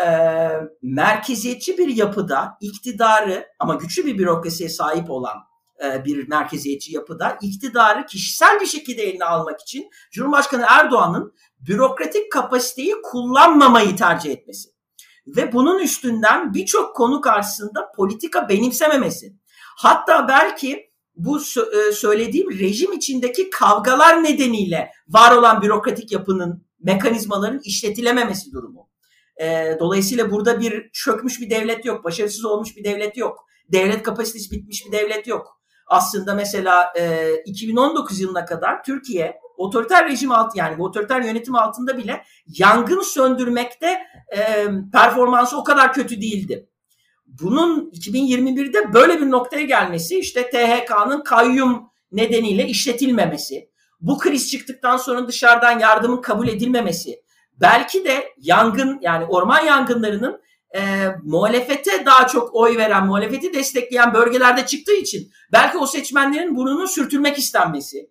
merkeziyetçi bir yapıda iktidarı ama güçlü bir bürokrasiye sahip olan e, bir merkeziyetçi yapıda iktidarı kişisel bir şekilde eline almak için Cumhurbaşkanı Erdoğan'ın bürokratik kapasiteyi kullanmamayı tercih etmesi ve bunun üstünden birçok konu karşısında politika benimsememesi. Hatta belki bu söylediğim rejim içindeki kavgalar nedeniyle var olan bürokratik yapının, mekanizmaların işletilememesi durumu. Dolayısıyla burada bir çökmüş bir devlet yok, başarısız olmuş bir devlet yok, devlet kapasitesi bitmiş bir devlet yok. Aslında mesela iki bin on dokuz yılına kadar Türkiye otoriter rejim altı yani otoriter yönetim altında bile yangın söndürmekte e, performansı o kadar kötü değildi. Bunun iki bin yirmi birde böyle bir noktaya gelmesi işte T H K'nın kayyum nedeniyle işletilmemesi, bu kriz çıktıktan sonra dışarıdan yardımın kabul edilmemesi, belki de yangın yani orman yangınlarının e, muhalefete daha çok oy veren, muhalefeti destekleyen bölgelerde çıktığı için belki o seçmenlerin burnunu sürtülmek istenmesi,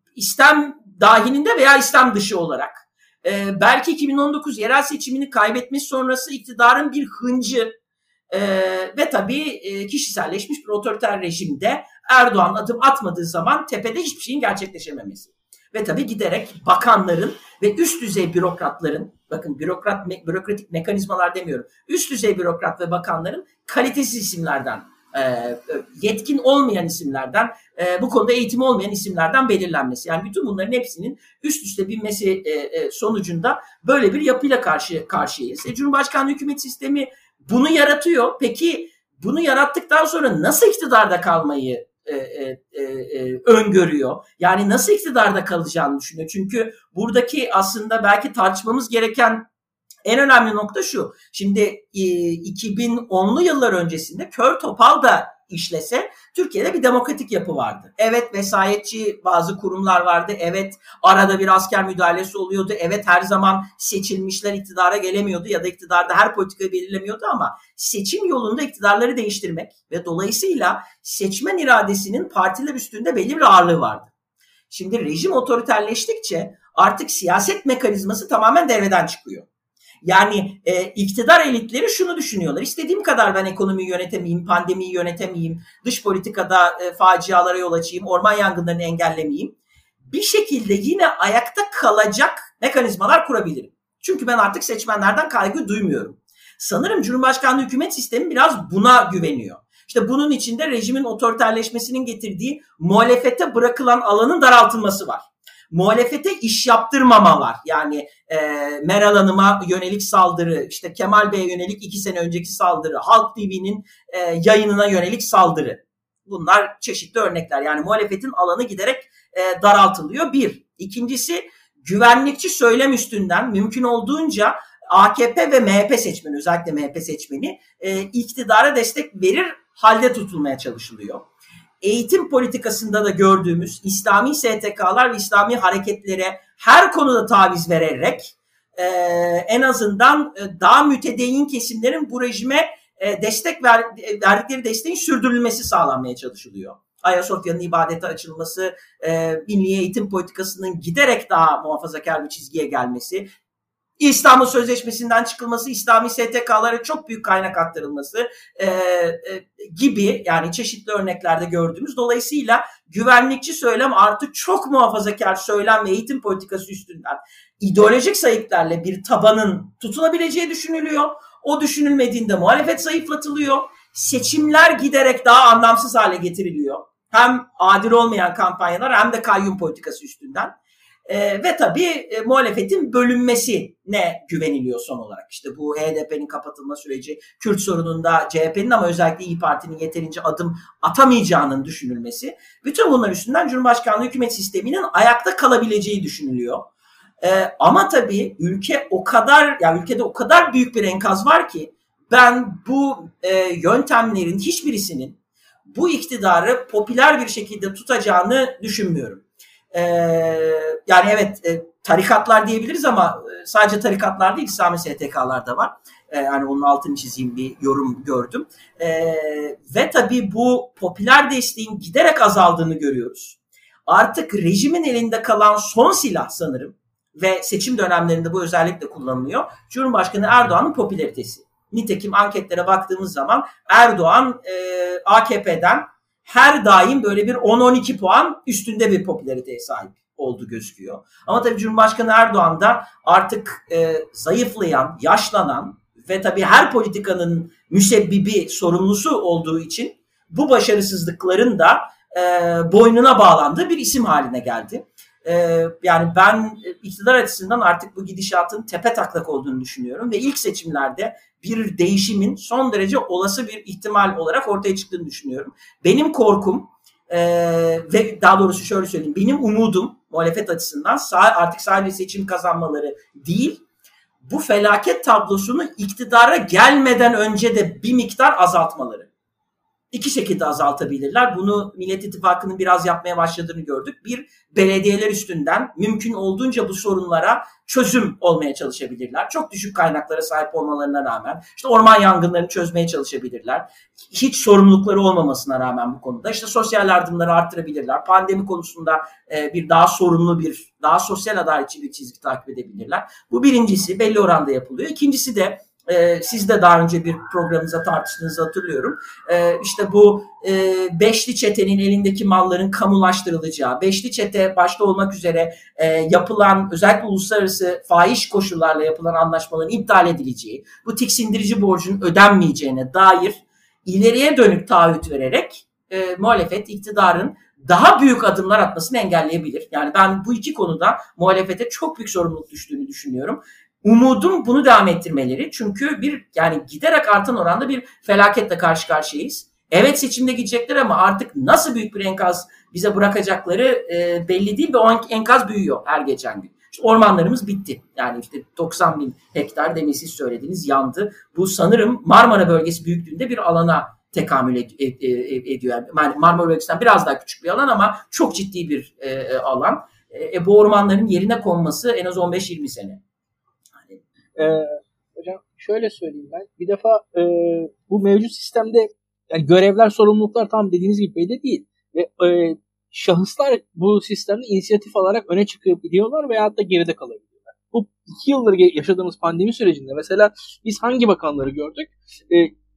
İslam dahilinde veya İslam dışı olarak. Ee, belki iki bin on dokuz yerel seçimini kaybetmesi sonrası iktidarın bir hıncı e, ve tabii e, kişiselleşmiş bir otoriter rejimde Erdoğan adım atmadığı zaman tepede hiçbir şeyin gerçekleşememesi. Ve tabii giderek bakanların ve üst düzey bürokratların, bakın bürokrat bürokratik mekanizmalar demiyorum, üst düzey bürokrat ve bakanların kalitesiz isimlerden, yetkin olmayan isimlerden, bu konuda eğitimi olmayan isimlerden belirlenmesi. Yani bütün bunların hepsinin üst üste binmesi sonucunda böyle bir yapıyla karşı karşıyayız. E, Cumhurbaşkanlığı hükümet sistemi bunu yaratıyor. Peki bunu yarattıktan sonra nasıl iktidarda kalmayı e, e, e, öngörüyor? Yani nasıl iktidarda kalacağını düşünüyor? Çünkü buradaki aslında belki tartışmamız gereken en önemli nokta şu. Şimdi iki bin onlu yıllar öncesinde kör topal da işlese Türkiye'de bir demokratik yapı vardı. Evet, vesayetçi bazı kurumlar vardı. Evet, arada bir asker müdahalesi oluyordu. Evet, her zaman seçilmişler iktidara gelemiyordu ya da iktidarda her politikayı belirlemiyordu ama seçim yolunda iktidarları değiştirmek ve dolayısıyla seçmen iradesinin partiler üstünde belli bir ağırlığı vardı. Şimdi rejim otoriterleştikçe artık siyaset mekanizması tamamen devreden çıkıyor. Yani e, iktidar elitleri şunu düşünüyorlar. İstediğim kadar ben ekonomiyi yönetemeyeyim, pandemiyi yönetemeyeyim, dış politikada e, facialara yol açayım, orman yangınlarını engellemeyeyim. Bir şekilde yine ayakta kalacak mekanizmalar kurabilirim. Çünkü ben artık seçmenlerden kaygı duymuyorum. Sanırım Cumhurbaşkanlığı hükümet sistemi biraz buna güveniyor. İşte bunun içinde rejimin otoriterleşmesinin getirdiği muhalefete bırakılan alanın daraltılması var. Muhalefete iş yaptırmama var. Yani e, Meral Hanım'a yönelik saldırı, işte Kemal Bey'e yönelik iki sene önceki saldırı, Halk T V'nin e, yayınına yönelik saldırı. Bunlar çeşitli örnekler. Yani muhalefetin alanı giderek e, daraltılıyor. Bir. İkincisi, güvenlikçi söylem üstünden mümkün olduğunca A K P ve M H P seçmeni, özellikle M H P seçmeni e, iktidara destek verir halde tutulmaya çalışılıyor. Eğitim politikasında da gördüğümüz İslami S T K'lar ve İslami hareketlere her konuda taviz vererek e, en azından e, daha mütedeyyin kesimlerin bu rejime e, destek ver, verdikleri desteğin sürdürülmesi sağlanmaya çalışılıyor. Ayasofya'nın ibadete açılması, e, milli eğitim politikasının giderek daha muhafazakar bir çizgiye gelmesi, İstanbul Sözleşmesi'nden çıkılması, İslami S T K'lara çok büyük kaynak aktarılması e, e, gibi, yani çeşitli örneklerde gördüğümüz. Dolayısıyla güvenlikçi söylem artık çok muhafazakar söylem ve eğitim politikası üstünden ideolojik sayıklarla bir tabanın tutunabileceği düşünülüyor. O düşünülmediğinde muhalefet zayıflatılıyor. Seçimler giderek daha anlamsız hale getiriliyor. Hem adil olmayan kampanyalar hem de kayyum politikası üstünden. Ee, ve tabii e, muhalefetin bölünmesine güveniliyor son olarak. İşte bu H D P'nin kapatılma süreci, Kürt sorununda C H P'nin ama özellikle İYİ Parti'nin yeterince adım atamayacağının düşünülmesi. Bütün bunlar üstünden Cumhurbaşkanlığı hükümet sisteminin ayakta kalabileceği düşünülüyor. Ee, ama tabii ülke o kadar, yani ülkede o kadar büyük bir enkaz var ki ben bu e, yöntemlerin hiçbirisinin bu iktidarı popüler bir şekilde tutacağını düşünmüyorum. Ee, yani evet e, tarikatlar diyebiliriz ama e, sadece tarikatlar değil, İslami S T K'lar da var. Ee, yani onun altını çizeyim, bir yorum gördüm. Ee, ve tabii bu popüler desteğin giderek azaldığını görüyoruz. Artık rejimin elinde kalan son silah sanırım ve seçim dönemlerinde bu özellikle kullanılıyor. Cumhurbaşkanı Erdoğan'ın popülaritesi. Nitekim anketlere baktığımız zaman Erdoğan e, A K P'den her daim böyle bir on on iki puan üstünde bir popülariteye sahip olduğu gözüküyor. Ama tabii Cumhurbaşkanı Erdoğan da artık e, zayıflayan, yaşlanan ve tabii her politikanın müsebbibi, sorumlusu olduğu için bu başarısızlıkların da e, boynuna bağlandığı bir isim haline geldi. E, yani ben iktidar açısından artık bu gidişatın tepetaklak olduğunu düşünüyorum ve ilk seçimlerde bir değişimin son derece olası bir ihtimal olarak ortaya çıktığını düşünüyorum. Benim korkum e, ve daha doğrusu şöyle söyleyeyim, benim umudum muhalefet açısından artık sadece seçim kazanmaları değil, bu felaket tablosunu iktidara gelmeden önce de bir miktar azaltmaları. İki şekilde azaltabilirler. Bunu Millet İttifakı'nın biraz yapmaya başladığını gördük. Bir, belediyeler üstünden mümkün olduğunca bu sorunlara çözüm olmaya çalışabilirler. Çok düşük kaynaklara sahip olmalarına rağmen. İşte orman yangınlarını çözmeye çalışabilirler. Hiç sorumlulukları olmamasına rağmen bu konuda. İşte sosyal yardımları arttırabilirler. Pandemi konusunda bir daha sorumlu bir, daha sosyal adaletçi bir çizgi takip edebilirler. Bu birincisi, belli oranda yapılıyor. İkincisi de Ee, siz de daha önce bir programımıza tartıştığınızı hatırlıyorum. Ee, işte bu e, Beşli Çete'nin elindeki malların kamulaştırılacağı, Beşli Çete başta olmak üzere e, yapılan özellikle uluslararası fahiş koşullarla yapılan anlaşmaların iptal edileceği, bu tiksindirici borcun ödenmeyeceğine dair ileriye dönük taahhüt vererek e, muhalefet iktidarın daha büyük adımlar atmasını engelleyebilir. Yani ben bu iki konuda muhalefete çok büyük sorumluluk düştüğünü düşünüyorum. Umudum bunu devam ettirmeleri. Çünkü bir, yani giderek artan oranda bir felaketle karşı karşıyayız. Evet, seçimde gidecekler ama artık nasıl büyük bir enkaz bize bırakacakları e, belli değil ve o enkaz büyüyor her geçen gün. İşte ormanlarımız bitti. Yani işte doksan bin hektar demin siz söylediniz yandı. Bu sanırım Marmara bölgesi büyüklüğünde bir alana tekamül ed- ed- ed- ediyor. Yani Marmara bölgesinden biraz daha küçük bir alan ama çok ciddi bir e, alan. E, bu ormanların yerine konması en az on beş yirmi sene. Ee, hocam şöyle söyleyeyim ben. Bir defa e, bu mevcut sistemde yani görevler, sorumluluklar tam dediğiniz gibi belli değil. Ve e, şahıslar bu sistemde inisiyatif alarak öne çıkabiliyorlar veyahut da geride kalabiliyorlar. Bu iki yıldır yaşadığımız pandemi sürecinde mesela biz hangi bakanları gördük? E,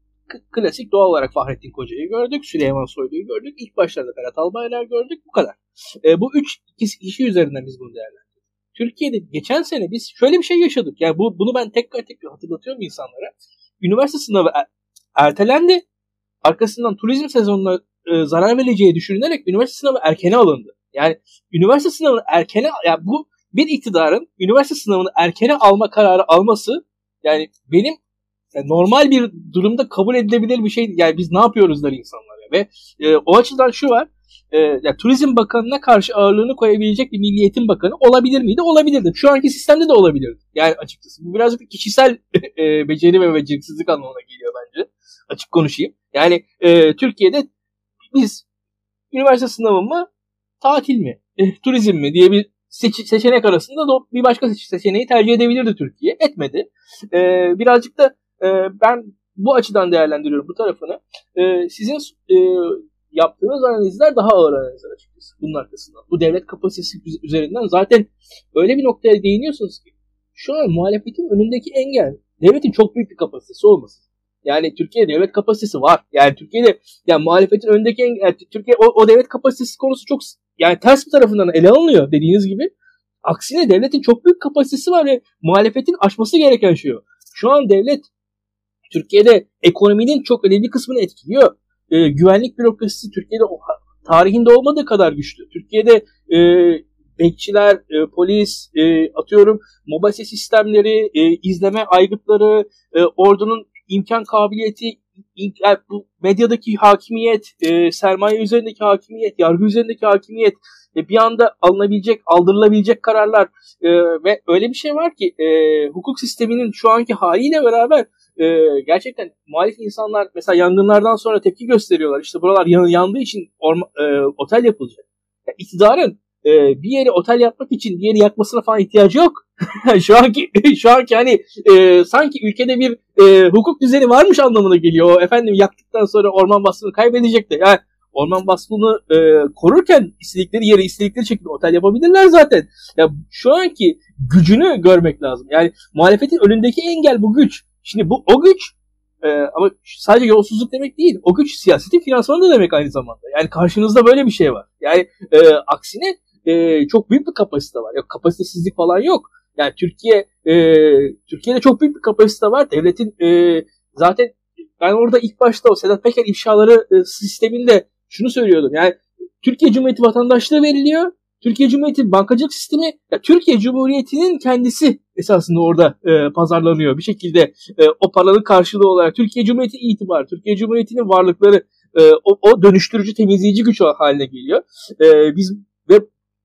Klasik doğal olarak Fahrettin Koca'yı gördük, Süleyman Soylu'yu gördük, ilk başlarda Berat Albayrak'ı gördük, bu kadar. E, bu üç kişi üzerinden biz bunu değerlendirdik. Türkiye'de geçen sene biz şöyle bir şey yaşadık. Yani bu, bunu ben tekrar tekrar hatırlatıyorum insanlara. Üniversite sınavı er- ertelendi. Arkasından turizm sezonuna e, zarar vereceği düşünülerek üniversite sınavı erkene alındı. Yani üniversite sınavını erkene, yani bu bir iktidarın üniversite sınavını erkene alma kararı alması, yani benim yani normal bir durumda kabul edilebilir bir şey. Yani biz ne yapıyoruz der insanlar. Ve e, o açıdan şu var. E, yani Turizm Bakanı'na karşı ağırlığını koyabilecek bir Milli Eğitim Bakanı olabilir miydi? Olabilirdi. Şu anki sistemde de olabilirdi. Yani açıkçası. Bu birazcık kişisel e, beceri ve beceriksizlik anlamına geliyor bence. Açık konuşayım. Yani e, Türkiye'de biz üniversite sınavı mı, tatil mi, e, turizm mi diye bir seç- seçenek arasında da bir başka seç- seçeneği tercih edebilirdi Türkiye. Etmedi. E, birazcık da e, ben bu açıdan değerlendiriyorum bu tarafını. E, sizin e, yaptığınız analizler daha ağır analizler açıkçası bunun arkasından. Bu devlet kapasitesi üzerinden zaten öyle bir noktaya değiniyorsunuz ki şu an muhalefetin önündeki engel devletin çok büyük bir kapasitesi olması. Yani Türkiye'de devlet kapasitesi var. Yani Türkiye'de yani muhalefetin önündeki engel, yani Türkiye o, o devlet kapasitesi konusu çok yani ters bir tarafından ele alınıyor dediğiniz gibi. Aksine devletin çok büyük kapasitesi var ve muhalefetin aşması gereken şey o. Şu an devlet Türkiye'de ekonominin çok önemli kısmını etkiliyor. Ee, güvenlik bürokrasisi Türkiye'de o, tarihinde olmadığı kadar güçlü. Türkiye'de e, bekçiler, e, polis, e, atıyorum mobese sistemleri, e, izleme aygıtları, e, ordunun imkan kabiliyeti, yani bu medyadaki hakimiyet, e, sermaye üzerindeki hakimiyet, yargı üzerindeki hakimiyet, e, bir anda alınabilecek, aldırılabilecek kararlar e, ve öyle bir şey var ki e, hukuk sisteminin şu anki haliyle beraber e, gerçekten muhalif insanlar mesela yangınlardan sonra tepki gösteriyorlar. İşte buralar yan, yandığı için orma, e, otel yapılacak. Yani iktidarın e, bir yeri otel yapmak için bir yeri yakmasına falan ihtiyacı yok. şu anki şu anki hani e, sanki ülkede bir e, hukuk düzeni varmış anlamına geliyor. O efendim yaktıktan sonra orman baskını kaybedecek de. Yani orman baskını e, korurken istedikleri yere istedikleri şekilde otel yapabilirler zaten. Ya şu anki gücünü görmek lazım. Yani muhalefetin önündeki engel bu güç. Şimdi bu o güç e, ama sadece yolsuzluk demek değil. O güç siyasetin finansmanı da demek aynı zamanda. Yani karşınızda böyle bir şey var. Yani e, aksine e, çok büyük bir kapasite var. Yok kapasitesizlik falan yok. Yani Türkiye e, Türkiye'de çok büyük bir kapasite var. Devletin e, zaten ben orada ilk başta o Sedat Peker ifşaları e, sisteminde şunu söylüyordum. Yani Türkiye Cumhuriyeti vatandaşlığı veriliyor. Türkiye Cumhuriyeti bankacılık sistemi, ya Türkiye Cumhuriyeti'nin kendisi esasında orada e, pazarlanıyor. Bir şekilde e, o paranın karşılığı olarak Türkiye Cumhuriyeti itibarı, Türkiye Cumhuriyeti'nin varlıkları e, o, o dönüştürücü, temizleyici güç haline geliyor. E, biz ve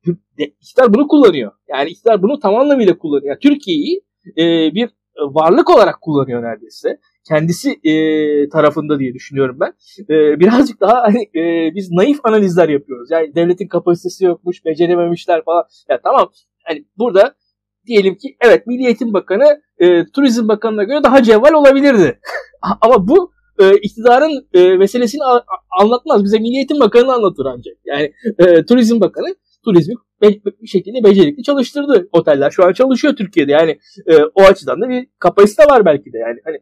iktidar bunu kullanıyor. Yani iktidar bunu tam anlamıyla kullanıyor. Yani Türkiye'yi e, bir varlık olarak kullanıyor neredeyse. Kendisi e, tarafında diye düşünüyorum ben. E, birazcık daha hani e, biz naif analizler yapıyoruz. Yani devletin kapasitesi yokmuş, becerememişler falan. Ya tamam. Hani burada diyelim ki evet Milli Eğitim Bakanı e, Turizm Bakanı'na göre daha cevval olabilirdi. Ama bu e, iktidarın e, meselesini a- anlatmaz. Bize Milli Eğitim Bakanı anlatır ancak. Yani e, Turizm Bakanı turizmi bir şekilde becerikli çalıştırdı. Oteller şu an çalışıyor Türkiye'de. Yani e, o açıdan da bir kapasite var belki de. Yani hani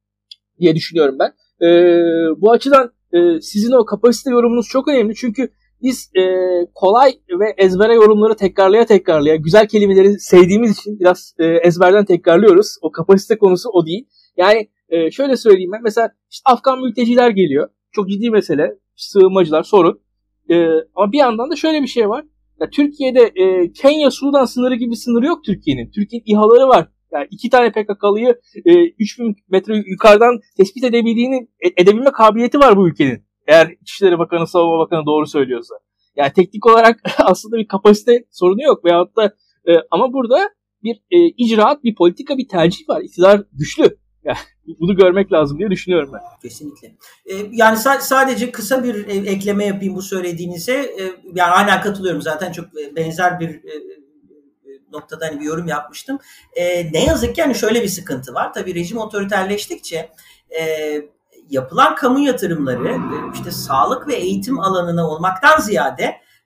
diye düşünüyorum ben. E, bu açıdan e, sizin o kapasite yorumunuz çok önemli. Çünkü biz e, kolay ve ezbere yorumları tekrarlaya tekrarlaya güzel kelimeleri sevdiğimiz için biraz e, ezberden tekrarlıyoruz. O kapasite konusu o değil. Yani e, şöyle söyleyeyim ben. Mesela işte Afgan mülteciler geliyor. Çok ciddi mesele. Sığınmacılar sorun. E, ama bir yandan da şöyle bir şey var. Ya Türkiye'de e, Kenya-Sudan sınırı gibi sınırı yok Türkiye'nin. Türkiye'nin İHA'ları var. Yani iki tane P K K'lıyı e, üç bin metre yukarıdan tespit edebildiğini, edebilme kabiliyeti var bu ülkenin. Eğer İçişleri Bakanı, Savunma Bakanı doğru söylüyorsa. Yani teknik olarak aslında bir kapasite sorunu yok. Veyahut da e, ama burada bir e, icraat, bir politika, bir tercih var. İktidar güçlü. Yani bunu görmek lazım diye düşünüyorum ben. Kesinlikle. Ee, yani sa- sadece kısa bir e, ekleme yapayım bu söylediğinize. Ee, yani aynen katılıyorum. Zaten çok benzer bir e, noktada hani bir yorum yapmıştım. Ee, ne yazık ki yani şöyle bir sıkıntı var. Tabii rejim otoriterleştikçe e, yapılan kamu yatırımları işte sağlık ve eğitim alanına olmaktan ziyade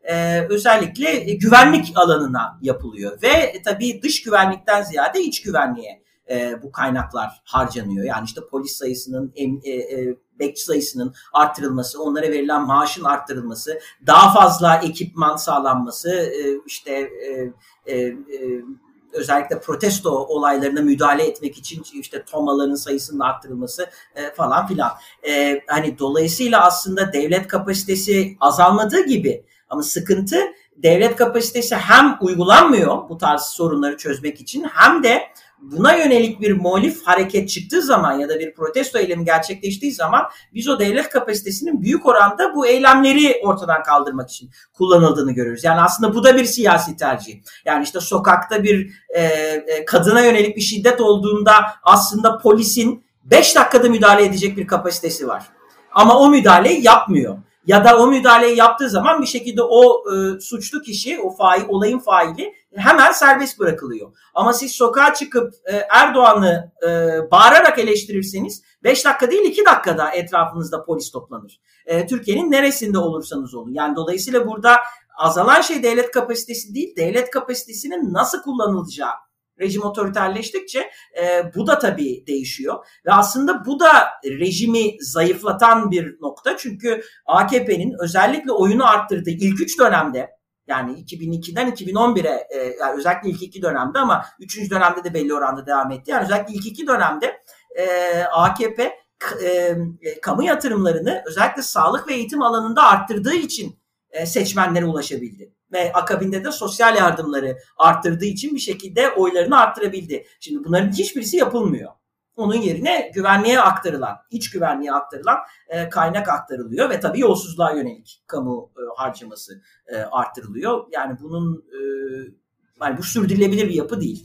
e, özellikle güvenlik alanına yapılıyor. Ve e, tabii dış güvenlikten ziyade iç güvenliğe e, bu kaynaklar harcanıyor. Yani işte polis sayısının, em, e, e, bekçi sayısının arttırılması, onlara verilen maaşın arttırılması, daha fazla ekipman sağlanması, e, işte e, e, e, özellikle protesto olaylarına müdahale etmek için işte tomaların sayısının arttırılması e, falan filan. E, hani dolayısıyla aslında devlet kapasitesi azalmadığı gibi, ama sıkıntı devlet kapasitesi hem uygulanmıyor bu tarz sorunları çözmek için, hem de buna yönelik bir muhalif hareket çıktığı zaman ya da bir protesto eylemi gerçekleştiği zaman biz o devlet kapasitesinin büyük oranda bu eylemleri ortadan kaldırmak için kullanıldığını görüyoruz. Yani aslında bu da bir siyasi tercih. Yani işte sokakta bir e, e, kadına yönelik bir şiddet olduğunda aslında polisin beş dakikada müdahale edecek bir kapasitesi var. Ama o müdahaleyi yapmıyor. Ya da o müdahaleyi yaptığı zaman bir şekilde o e, suçlu kişi, o fail, olayın faili hemen serbest bırakılıyor. Ama siz sokağa çıkıp e, Erdoğan'ı e, bağırarak eleştirirseniz beş dakika değil iki dakikada etrafınızda polis toplanır. E, Türkiye'nin neresinde olursanız olun. Yani dolayısıyla burada azalan şey devlet kapasitesi değil, devlet kapasitesinin nasıl kullanılacağı. Rejim otoriterleştikçe e, bu da tabii değişiyor. Ve aslında bu da rejimi zayıflatan bir nokta. Çünkü A K P'nin özellikle oyunu arttırdığı ilk üç dönemde, yani iki bin ikiden iki bin on bire e, yani özellikle ilk iki dönemde, ama üçüncü dönemde de belli oranda devam etti. Yani özellikle ilk iki dönemde e, A K P e, e, kamu yatırımlarını özellikle sağlık ve eğitim alanında arttırdığı için e, seçmenlere ulaşabildi. Ve akabinde de sosyal yardımları arttırdığı için bir şekilde oylarını arttırabildi. Şimdi bunların hiçbirisi yapılmıyor. Onun yerine güvenliğe aktarılan, iç güvenliğe aktarılan e, kaynak aktarılıyor ve tabii yolsuzluğa yönelik kamu e, harcaması e, arttırılıyor. Yani bunun e, yani bu sürdürülebilir bir yapı değil.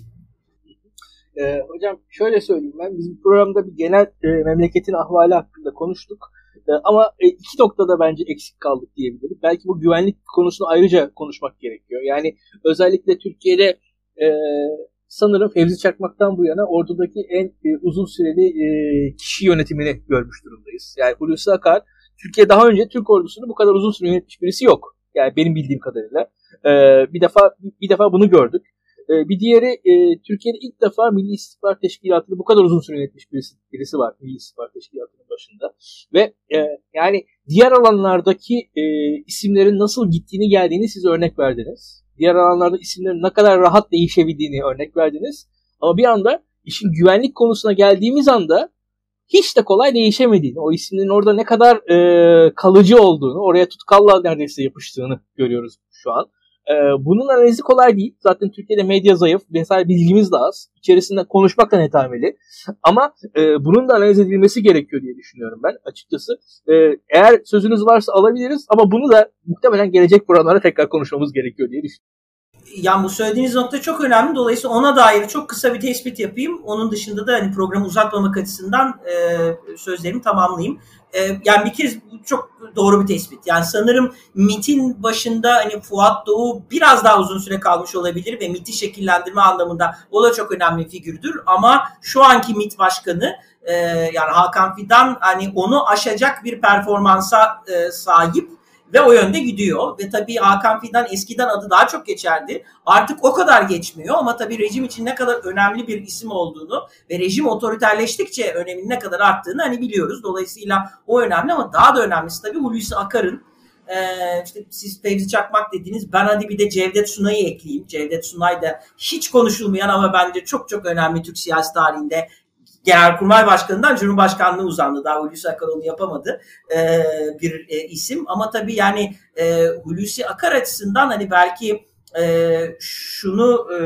E, hocam şöyle söyleyeyim ben, bizim programda bir genel e, memleketin ahvali hakkında konuştuk. E, ama e, iki noktada bence eksik kaldık diyebilirim. Belki bu güvenlik konusunu ayrıca konuşmak gerekiyor. Yani özellikle Türkiye'de e, sanırım Fevzi Çakmak'tan bu yana ordudaki en e, uzun süreli e, kişi yönetimini görmüş durumdayız. Yani Hulusi Akar, Türkiye daha önce Türk ordusunu bu kadar uzun süre yönetmiş birisi yok. Yani benim bildiğim kadarıyla. E, bir defa bir defa bunu gördük. E, bir diğeri e, Türkiye'de ilk defa Milli İstihbarat Teşkilatı'nı bu kadar uzun süre yönetmiş birisi, birisi var Milli İstihbarat Teşkilatı'nın başında. Ve e, yani diğer alanlardaki e, isimlerin nasıl gittiğini geldiğini siz örnek verdiniz. Diğer alanlarda isimlerin ne kadar rahat değişebildiğini örnek verdiniz. Ama bir anda işin güvenlik konusuna geldiğimiz anda hiç de kolay değişemediğini, o isimlerin orada ne kadar e, kalıcı olduğunu, oraya tutkalla neredeyse yapıştığını görüyoruz şu an. E, bunun analizi kolay değil. Zaten Türkiye'de medya zayıf, vesaire bilgimiz de az. İçerisinde konuşmak da netameli. Ama e, bunun da analiz edilmesi gerekiyor diye düşünüyorum ben açıkçası. E, eğer sözünüz varsa alabiliriz, ama bunu da muhtemelen gelecek programlara tekrar konuşmamız gerekiyor diye düşünüyorum. Yani bu söylediğiniz nokta çok önemli. Dolayısıyla ona dair çok kısa bir tespit yapayım. Onun dışında da hani programı uzatmamak açısından e, sözlerimi tamamlayayım. E, yani bir kez çok doğru bir tespit. Yani sanırım MİT'in başında hani Fuat Doğu biraz daha uzun süre kalmış olabilir ve MİT'i şekillendirme anlamında o da çok önemli bir figürdür. Ama şu anki MİT başkanı e, yani Hakan Fidan hani onu aşacak bir performansa e, sahip. Ve o yönde gidiyor. Ve tabii Hakan Fidan eskiden adı daha çok geçerdi. Artık o kadar geçmiyor, ama tabii rejim için ne kadar önemli bir isim olduğunu ve rejim otoriterleştikçe öneminin ne kadar arttığını hani biliyoruz. Dolayısıyla o önemli, ama daha da önemlisi tabii Hulusi Akar'ın e, işte siz Fevzi Çakmak dediniz. Ben hadi bir de Cevdet Sunay'ı ekleyeyim. Cevdet Sunay da hiç konuşulmayan ama bence çok çok önemli Türk siyasi tarihinde. Genelkurmay Başkanı'ndan Cumhurbaşkanlığı uzandı. Daha Hulusi Akar onu yapamadı. Ee, bir e, isim. Ama tabii yani e, Hulusi Akar açısından hani belki e, şunu e,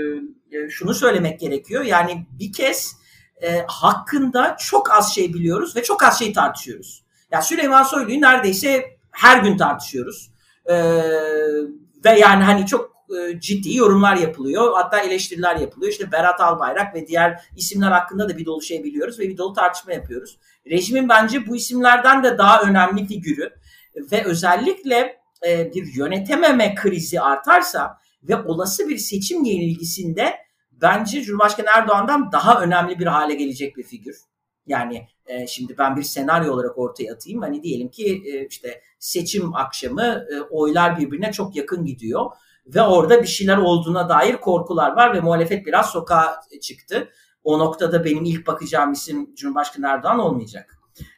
e, şunu söylemek gerekiyor. Yani bir kez e, hakkında çok az şey biliyoruz ve çok az şey tartışıyoruz. Yani Süleyman Soylu'yu neredeyse her gün tartışıyoruz. E, ve yani hani çok ciddi yorumlar yapılıyor. Hatta eleştiriler yapılıyor. İşte Berat Albayrak ve diğer isimler hakkında da bir dolu şey biliyoruz ve bir dolu tartışma yapıyoruz. Rejimin bence bu isimlerden de daha önemli figürü ve özellikle bir yönetememe krizi artarsa ve olası bir seçim yenilgisinde bence Cumhurbaşkanı Erdoğan'dan daha önemli bir hale gelecek bir figür. Yani e, şimdi ben bir senaryo olarak ortaya atayım. Hani diyelim ki e, işte seçim akşamı e, oylar birbirine çok yakın gidiyor ve orada bir şeyler olduğuna dair korkular var ve muhalefet biraz sokağa çıktı. O noktada benim ilk bakacağım isim Cumhurbaşkanı Erdoğan olmayacak.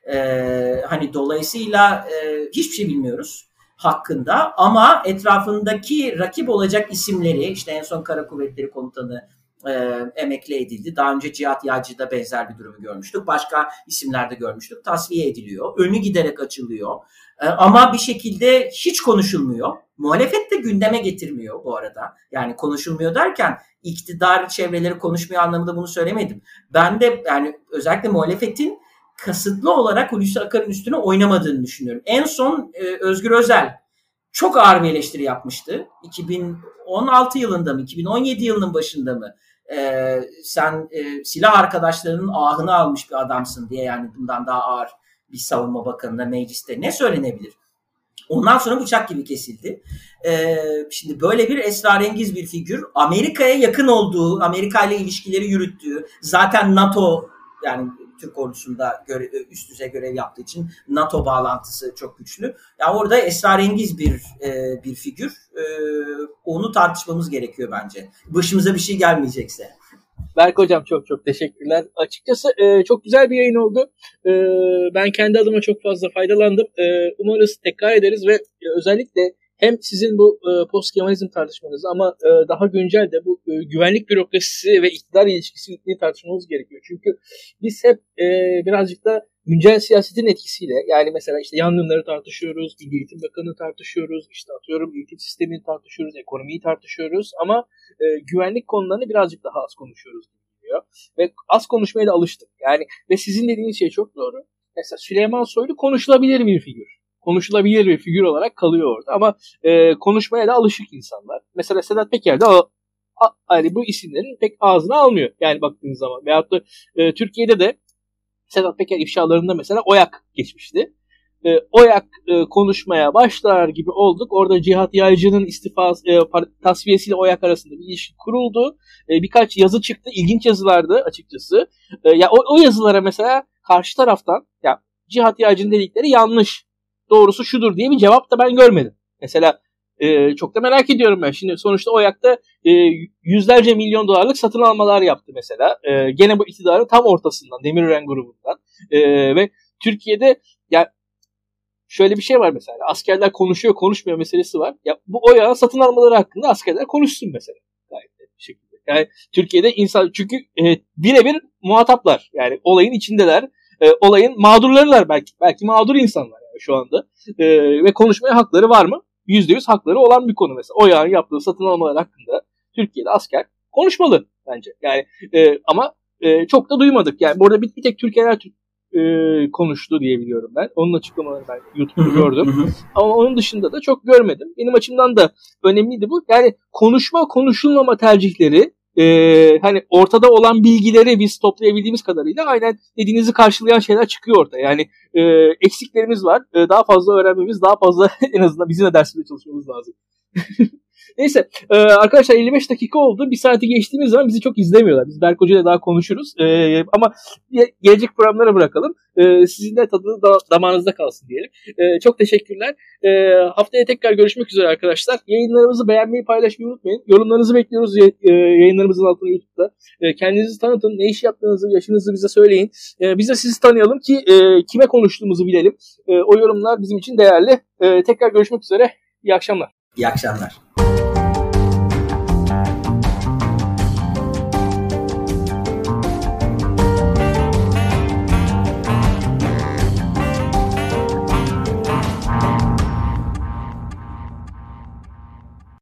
Ee, hani dolayısıyla e, hiçbir şey bilmiyoruz hakkında ama etrafındaki rakip olacak isimleri, işte en son Kara Kuvvetleri Komutanı e, emekli edildi. Daha önce Cihat Yağcı'da benzer bir durumu görmüştük. Başka isimlerde görmüştük. Tasfiye ediliyor. Önü giderek açılıyor. E, ama bir şekilde hiç konuşulmuyor. Muhalefet de gündeme getirmiyor bu arada. Yani konuşulmuyor derken iktidar çevreleri konuşmuyor anlamında bunu söylemedim. Ben de yani özellikle muhalefetin kasıtlı olarak Hulusi Akar'ın üstüne oynamadığını düşünüyorum. En son e, Özgür Özel çok ağır bir eleştiri yapmıştı. iki bin on altı yılında mı, iki bin on yedi yılının başında mı? E, sen e, silah arkadaşlarının ahını almış bir adamsın diye, yani bundan daha ağır bir savunma bakanına mecliste ne söylenebilir? Ondan sonra bıçak gibi kesildi. Ee, şimdi böyle bir esrarengiz bir figür, Amerika'ya yakın olduğu, Amerika ile ilişkileri yürüttüğü, zaten NATO, yani Türk ordusunda göre, üst düzey görev yaptığı için NATO bağlantısı çok güçlü. Ya yani orada esrarengiz bir e, bir figür. E, onu tartışmamız gerekiyor bence. Başımıza bir şey gelmeyecekse. Berk Hocam çok çok teşekkürler. Açıkçası e, çok güzel bir yayın oldu. E, ben kendi adıma çok fazla faydalandım. E, umarız tekrar ederiz ve e, özellikle hem sizin bu e, post-Kemalizm tartışmanızı ama e, daha güncel de bu e, güvenlik bürokrasisi ve iktidar ilişkisini tartışmamız gerekiyor. Çünkü biz hep e, birazcık da güncel siyasetin etkisiyle, yani mesela işte yangınları tartışıyoruz, Milli Eğitim Bakanı'nı tartışıyoruz, işte atıyorum eğitim sistemini tartışıyoruz, ekonomiyi tartışıyoruz ama e, güvenlik konularını birazcık daha az konuşuyoruz diyor. Ve az konuşmaya da alıştık. Yani ve sizin dediğiniz şey çok doğru. Mesela Süleyman Soylu konuşulabilir bir figür. Konuşulabilir bir figür olarak kalıyor orada ama e, konuşmaya da alışık insanlar. Mesela Sedat Peker de o, a, hani bu isimlerin pek ağzına almıyor. Yani baktığınız zaman. Veyahut da e, Türkiye'de de Sedat Peker ifşalarında mesela OYAK geçmişti. E, OYAK e, konuşmaya başlar gibi olduk. Orada Cihat Yaycı'nın istifası, e, tasfiyesiyle OYAK arasında bir ilişki kuruldu. E, birkaç yazı çıktı. İlginç yazılardı açıkçası. E, ya o, o yazılara mesela karşı taraftan ya Cihat Yaycı'nın dedikleri yanlış, doğrusu şudur diye bir cevap da ben görmedim. Mesela e, çok da merak ediyorum ben. Şimdi sonuçta OYAK'ta e, yüzlerce milyon dolarlık satın almalar yaptı mesela. E, gene bu iktidarın tam ortasından, Demirören grubundan. E, ve Türkiye'de ya şöyle bir şey var mesela. Askerler konuşuyor, konuşmuyor meselesi var. Ya bu OYAK'ın satın almaları hakkında askerler konuşsun mesela. Gayet net bir şekilde. Yani Türkiye'de insan, çünkü e, birebir muhataplar. Yani olayın içindeler. E, olayın mağdurlarılar belki. Belki mağdur insanlar yani şu anda. E, ve konuşmaya hakları var mı? yüzde yüz hakları olan bir konu mesela. OYAK'ın yaptığı satın almalar hakkında Türkiye'de asker konuşmalı bence. Yani e, ama e, çok da duymadık. Yani burada bir, bir tek Türkiye'ler e, konuştu diyebiliyorum ben. Onun açıklamalarını ben YouTube'da gördüm. Ama onun dışında da çok görmedim. Benim açımdan da önemliydi bu. Yani konuşma konuşulmama tercihleri, Ee, hani ortada olan bilgileri biz toplayabildiğimiz kadarıyla aynen dediğinizi karşılayan şeyler çıkıyor ortaya. Yani e, eksiklerimiz var. E, daha fazla öğrenmemiz, daha fazla en azından bizim de dersinde çalışmamız lazım. Neyse e, arkadaşlar elli beş dakika oldu. Bir saati geçtiğimiz zaman bizi çok izlemiyorlar. Biz Berk Hoca ile daha konuşuruz. E, ama gelecek programlara bırakalım. E, sizin de tadınız da, damağınızda kalsın diyelim. E, çok teşekkürler. E, haftaya tekrar görüşmek üzere arkadaşlar. Yayınlarımızı beğenmeyi, paylaşmayı unutmayın. Yorumlarınızı bekliyoruz e, yayınlarımızın altına YouTube'da. E, kendinizi tanıtın. Ne iş yaptığınızı, yaşınızı bize söyleyin. E, biz de sizi tanıyalım ki e, kime konuştuğumuzu bilelim. E, o yorumlar bizim için değerli. E, tekrar görüşmek üzere. İyi akşamlar. İyi akşamlar.